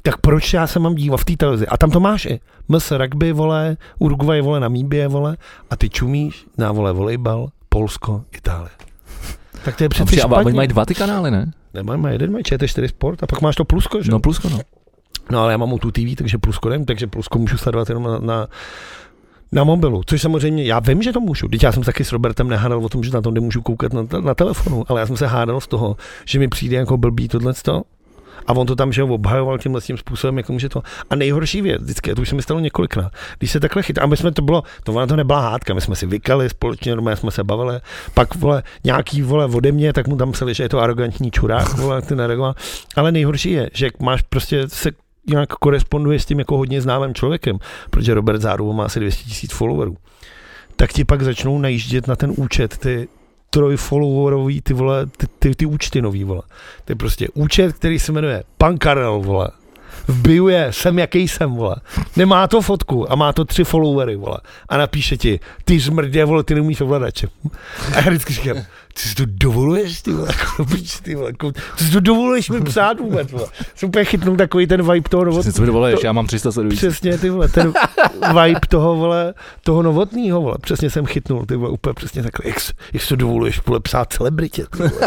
Tak proč já se mám dívat v té televizi? A tam to máš i. MS rugby, vole, Uruguay, vole, Namíbie, vole, a ty čumíš na, vole, volejbal, Polsko, Itálie. Tak to je přece špatně. Oni mají 2 ty kanály, ne? Mají jeden, mají ČT4 Sport a pak máš to Plusko, že? No Plusko, no. No ale já mám tu TV, takže Plusko nevím, takže Plusko můžu sledovat jenom na mobilu, což samozřejmě, já vím, že to můžu. Teď já jsem se taky s Robertem nehádal o tom, že na to nemůžu koukat na telefonu, ale já jsem se hádal z toho, že mi přijde jako blbý tohleto. A on to tam, že obhajoval tímhle tím způsobem, jak může to. A nejhorší věc, vždycky, a to už se mi stalo několikrát, když se takhle chytá, a my jsme to nebyla hádka, my jsme si vykali společně, normálně jsme se bavili, pak, vole, nějaký, vole, ode mě, tak mu tam psali, že je to arrogantní čurák, vole, ty nereagoval. Ale nejhorší je, že máš prostě se nějak koresponduje s tím jako hodně známým člověkem, protože Robert Záruba má asi 200 000 followerů, tak ti pak začnou najíždět na ten účet ty trojfollowerový, ty vole, ty účty nový, vole. To je prostě účet, který se jmenuje Pan Karel, vole. V bio je jsem jaký jsem, vole. Nemá to fotku a má to 3 followery, vole. A napíše ti, ty zmrdě, vole, ty neumíš ovladače. A já vždycky říkám, ty si to dovoluješ, ty vole, ty vole, ty si to dovoluješ mi psát vůbec, vole. Jsem úplně chytnul takový ten vibe toho novotného. Přesně, co mi dovoluješ, já mám 300 sledujících. Přesně, ty vole, ten vibe toho, vole, toho novotného, vole. Přesně jsem chytnul, ty vole, úplně přesně takhle, jak to dovoluješ, vole, psát celebritě, ty vole.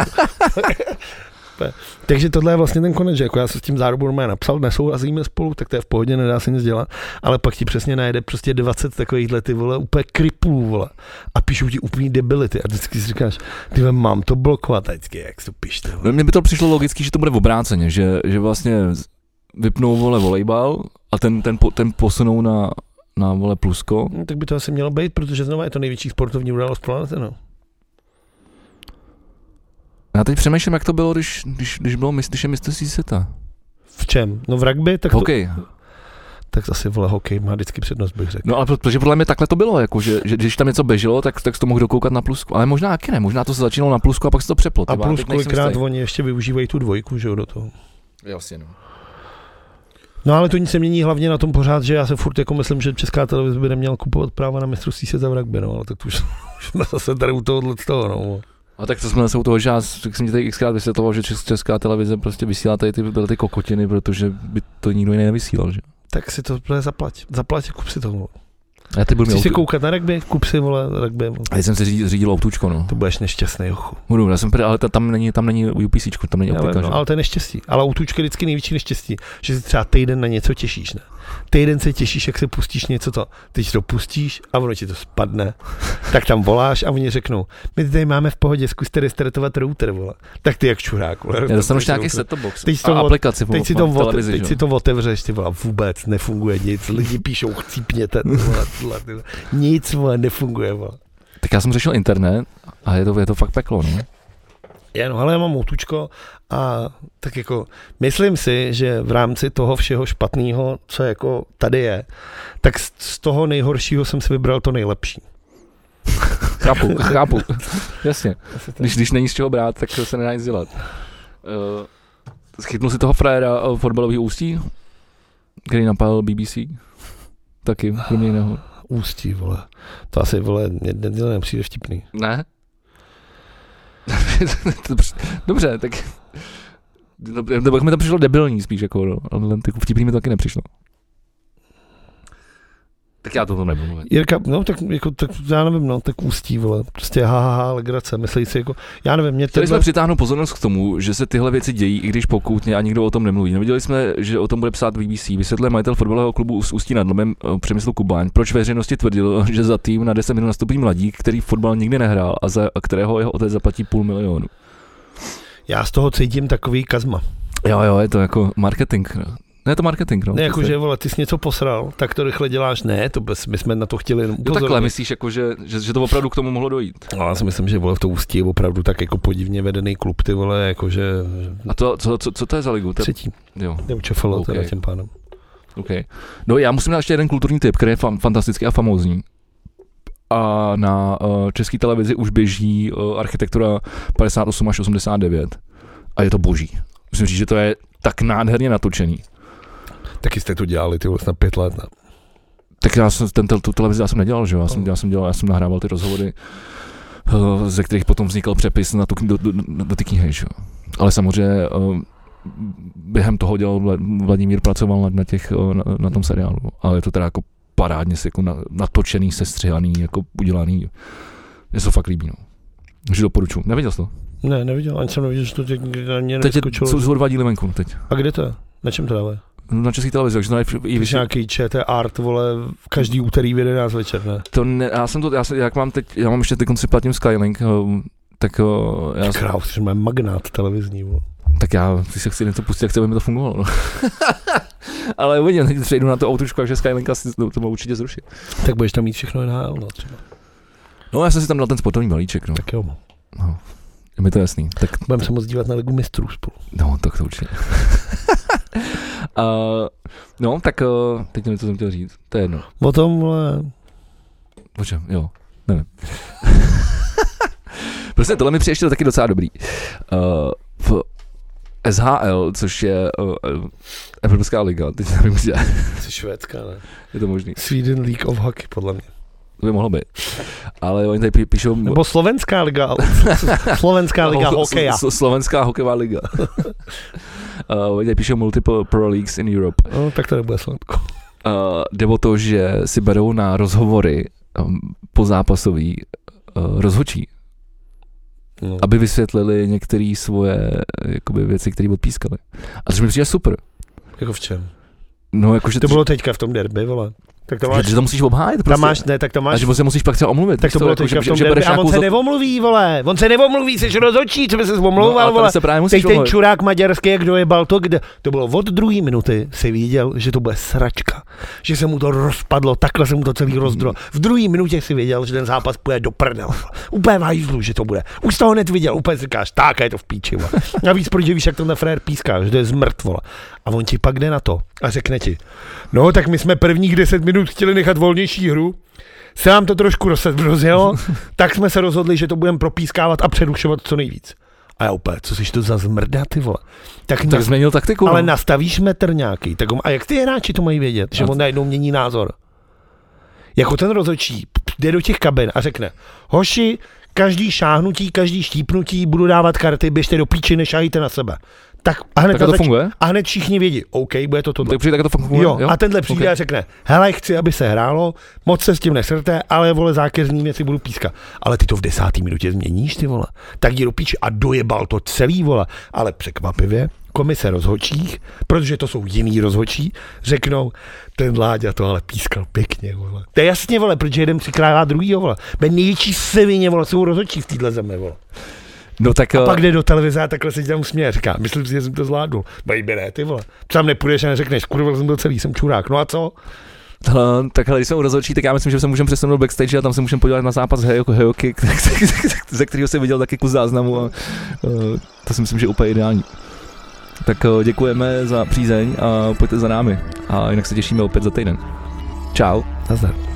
Takže tohle je vlastně ten konec, že jako já se s tím Zárubou normálně napsal, nesouhlasíme spolu, tak to je v pohodě, nedá se nic dělat, ale pak ti přesně najede prostě 20 takovýchhle, ty vole, úplně kriplů, vole, a píšou ti úplný debility a vždycky si říkáš, ty vole, mám to blokovat, a vždycky, jak to píšte, vole. No, mně by to přišlo logicky, že to bude v obráceně, že vlastně vypnou, vole, volejbal a ten posunou na vole, Plusko. No, tak by to asi mělo být, protože znovu je to největší sportovní událost planety, no. Já teď přemýšlím, jak to bylo, když je mistrovství světa. V čem? No v rugby? Tak hokej. Tak asi, vole, hokej má vždycky přednost, bych řekl. No ale protože podle mě takhle to bylo, jako, že když tam něco běželo, tak to mohl dokoukat na Plusku. Ale možná taky ne, možná to se začínalo na Plusku a pak se to přeplo. A plus kolikrát oni ještě využívají tu dvojku, že jo, do toho. Jasně, no. No ale to nic se mění hlavně na tom pořád, že já se furt jako myslím, že Česká televize by neměla kupovat práva na mistrovství světa v rugby, no, ale tak to už jsme zase tady u toho, no. A tak to jsme zase u toho, že já jsem ti tady xkrát vysvětloval, že Česká televize prostě vysílá tady ty kokotiny, protože by to nikdo jiný nevysílal, že? Tak si to zaplať, kup si to. Chci si koukat na rugby, kup si, vole, rugby. A jsem si řídil autůčko, no. To budeš nešťastný, jochu. Budu, ale tam není UPCčko, tam není optika, no, ale to je neštěstí. Ale autůčko je vždycky největší neštěstí, že si třeba týden na něco těšíš, ne? Týden se těšíš, jak se pustíš něco to. Teď to pustíš a ono ti to spadne. Tak tam voláš a oni řeknou, my tady máme v pohodě, zkuste restartovat router, vole. Tak ty jak čurák, vole. Já dostanu nějaký set-top box a aplikaci teď si to otevřeš, ty vole, vůbec nefunguje nic. Lidi píšou, chcípněte, vole. Nic, vole, nefunguje, vole. Tak já jsem řešil internet a je to fakt peklo, no. No, ale já mám autůčko a tak jako myslím si, že v rámci toho všeho špatného, co jako tady je, tak z toho nejhoršího jsem si vybral to nejlepší. Chápu. Jasně. Když není z čeho brát, tak se nedá nic dělat. Schytnul si toho frajera fotbalového Ústí, který napál BBC? Taky, kromě jiného. Ústí, vole. To asi, vole, nepřijde vtipný. Ne? Dobře, tak mi to přišlo debilní spíš, jako, no, ale vtipný mi to taky nepřišlo. Tak já to nebudu mluvit. Jirka, no tak já nevím, no, tak Ústí, vole, prostě legrace, myslí si jako, já nevím, mě chtěli jsme přitáhnout pozornost k tomu, že se tyhle věci dějí, i když pokoutně a nikdo o tom nemluví. Neviděli jsme, že o tom bude psát BBC, vysvětlil majitel fotbalového klubu z Ústí nad Labem Přemysl Kubáň, proč veřejnosti tvrdil, že za tým na 10 minut nastoupí mladík, který fotbal nikdy nehrál a za kterého jeho otec zaplatí 500 000. Já z toho cítím takový kazma. Jo, je to jako marketing. Ne, je to marketing, no. Ne, jakože, vole, ty jsi něco posral, tak to rychle děláš, ne, to my jsme na to chtěli jenom upozornit. Takhle myslíš, jako, že to opravdu k tomu mohlo dojít? No, já si myslím, že, vole, v to Ústí je opravdu tak jako podivně vedený klub, ty vole, jakože... A co to je za ligu? Třetí. Jo. Čefalo, okay. Teda tím pádem. Okay. No, já musím dát ještě jeden kulturní tip, který je fantastický a famózní. A na České televizi už běží architektura 58 až 89. A je to boží. Musím říct, že to je tak nádherně natočený. Taky jste to dělali, ty vlastně 5 let, ne? Tak já jsem tu televizi já jsem nedělal, že jo? Já jsem nahrával ty rozhovory, ze kterých potom vznikl přepis na do ty knihy, že jo? Ale samozřejmě během toho dělal Vladimír, pracoval na tom seriálu, ale je to teda jako parádně jako natočený, sestřihaný, jako udělaný, je to fakt líbí, no. Takže doporučuji. Neviděl jsi to? Ne, neviděl, ani jsem neviděl, že to na mě nevyskočilo. Teď jsou 2 díly venku teď. A kde to je? Na čem to dávají? Na České televizi, takže to i vyšší. Nějaký ČT Art, vole, každý úterý v 11 večer, ne? To ne, já mám ještě teď konci platím Skylink, tak já... Král, že mám magnát televizní, vole. Tak já si se chci něco pustit, jak chci, aby mi to fungovalo, no. Ale uvidím, teď přejdu na to autočku, takže Skylink asi to má určitě zrušit. Tak budeš tam mít všechno NHL, no třeba. No já jsem si tam dal ten sportovní balíček, no. Tak jo. No. Je mi to jasný. Tak... Budeme se moc dívat na Ligu mistrů spolu. No, tak to určitě. No, tak teď nevím, co jsem chtěl říct. To je jedno. O tom, vole... O čem? Jo, nevím. Prostě tohle mi přijde ještě taky docela dobrý. V SHL, což je Evropská liga, teď nevím, kde. Jsi švédská, ne? Je to možný. Sweden League of Hockey, podle mě. To by mohlo být. Ale oni tady píšou... Nebo Slovenská liga. Slovenská liga hokeja. Slovenská hokejová liga. Oni tady píšou Multiple Pro Leagues in Europe. No, tak to nebude Slovensko. Jde o to, že si berou na rozhovory pozápasový rozhodčí. No. Aby vysvětlili některé svoje jakoby, věci, které odpískali. A což mi přijde super. Jako v čem? No, jakože to bylo teďka v tom derby, vole. Tak to máš, že to musíš obhájit prostě. Tam máš, ne, tak to máš. A že se musíš pak třeba omluvit. Tak to bylo teďka v tom derby. A on se neomluví, vole. On se neomluví, jsi rozhodčí, co by se omlouval, vole. Teď ten čurák maďarský, jak dojebal to, kde to bylo od 2. minuty, si viděl, že to bude sračka. Že se mu to rozpadlo, takhle se mu to celý rozdro. V 2. minutě si věděl, že ten zápas půjde do prdel. Úplně v hajzlu, že to bude. Už to hned viděl, úplně si říkáš, tak je to v píči, vole. A víc, protože víš, jak ten frér píská, že to je zmrt, vole. A on ti pak jde na to a řekne ti, no tak my jsme prvních 10 minut chtěli nechat volnější hru, se nám to trošku rozjelo, tak jsme se rozhodli, že to budeme propískávat a přerušovat co nejvíc. A já úplně, co jsi to za zmrda, ty vole. Tak změnil taktiku. Ale nastavíš metr nějaký, tak a jak ty hráči to mají vědět, že on najednou mění názor? Jako ten rozhodčí jde do těch kabin a řekne, hoši, každý šáhnutí, každý štípnutí budu dávat karty, běžte do píči, nešahejte na sebe. Tak a hned, to funguje? A hned všichni vědí, OK, bude to tohle. Tak to funguje? Jo, a tenhle přijde a řekne, hele, chci, aby se hrálo, moc se s tím nesrte, ale vole zákeřní věci budu pískat. Ale ty to v 10. minutě změníš, ty vole. Tak jdi do píči a dojebal to celý, vole. Ale překvapivě, komise rozhodčích, protože to jsou jiný rozhodčí, řeknou, ten Láďa to ale pískal pěkně, vole. To je jasně, vole, protože jeden přikrává druhýho, vole. Největší sevině, vole, jsou rozhodčí v téhle zemi, vole. No tak, a pak jde do televize a takhle se ti tam směje, říká, myslím si, že jsem to zvládnul. Baby, ne, ty vole. Tam nepůjdeš a neřekneš, kurva, jsem to celý, jsem čurák, no a co? Takhle, když jsem rozhodčí, tak já myslím, že se můžeme přesunout backstage a tam se můžeme podívat na zápas hokej, ze kterého jsem viděl taky kus záznamu a to si myslím, že je úplně ideální. Tak děkujeme za přízeň a pojďte za námi a jinak se těšíme opět za týden. Čau. Nazdar.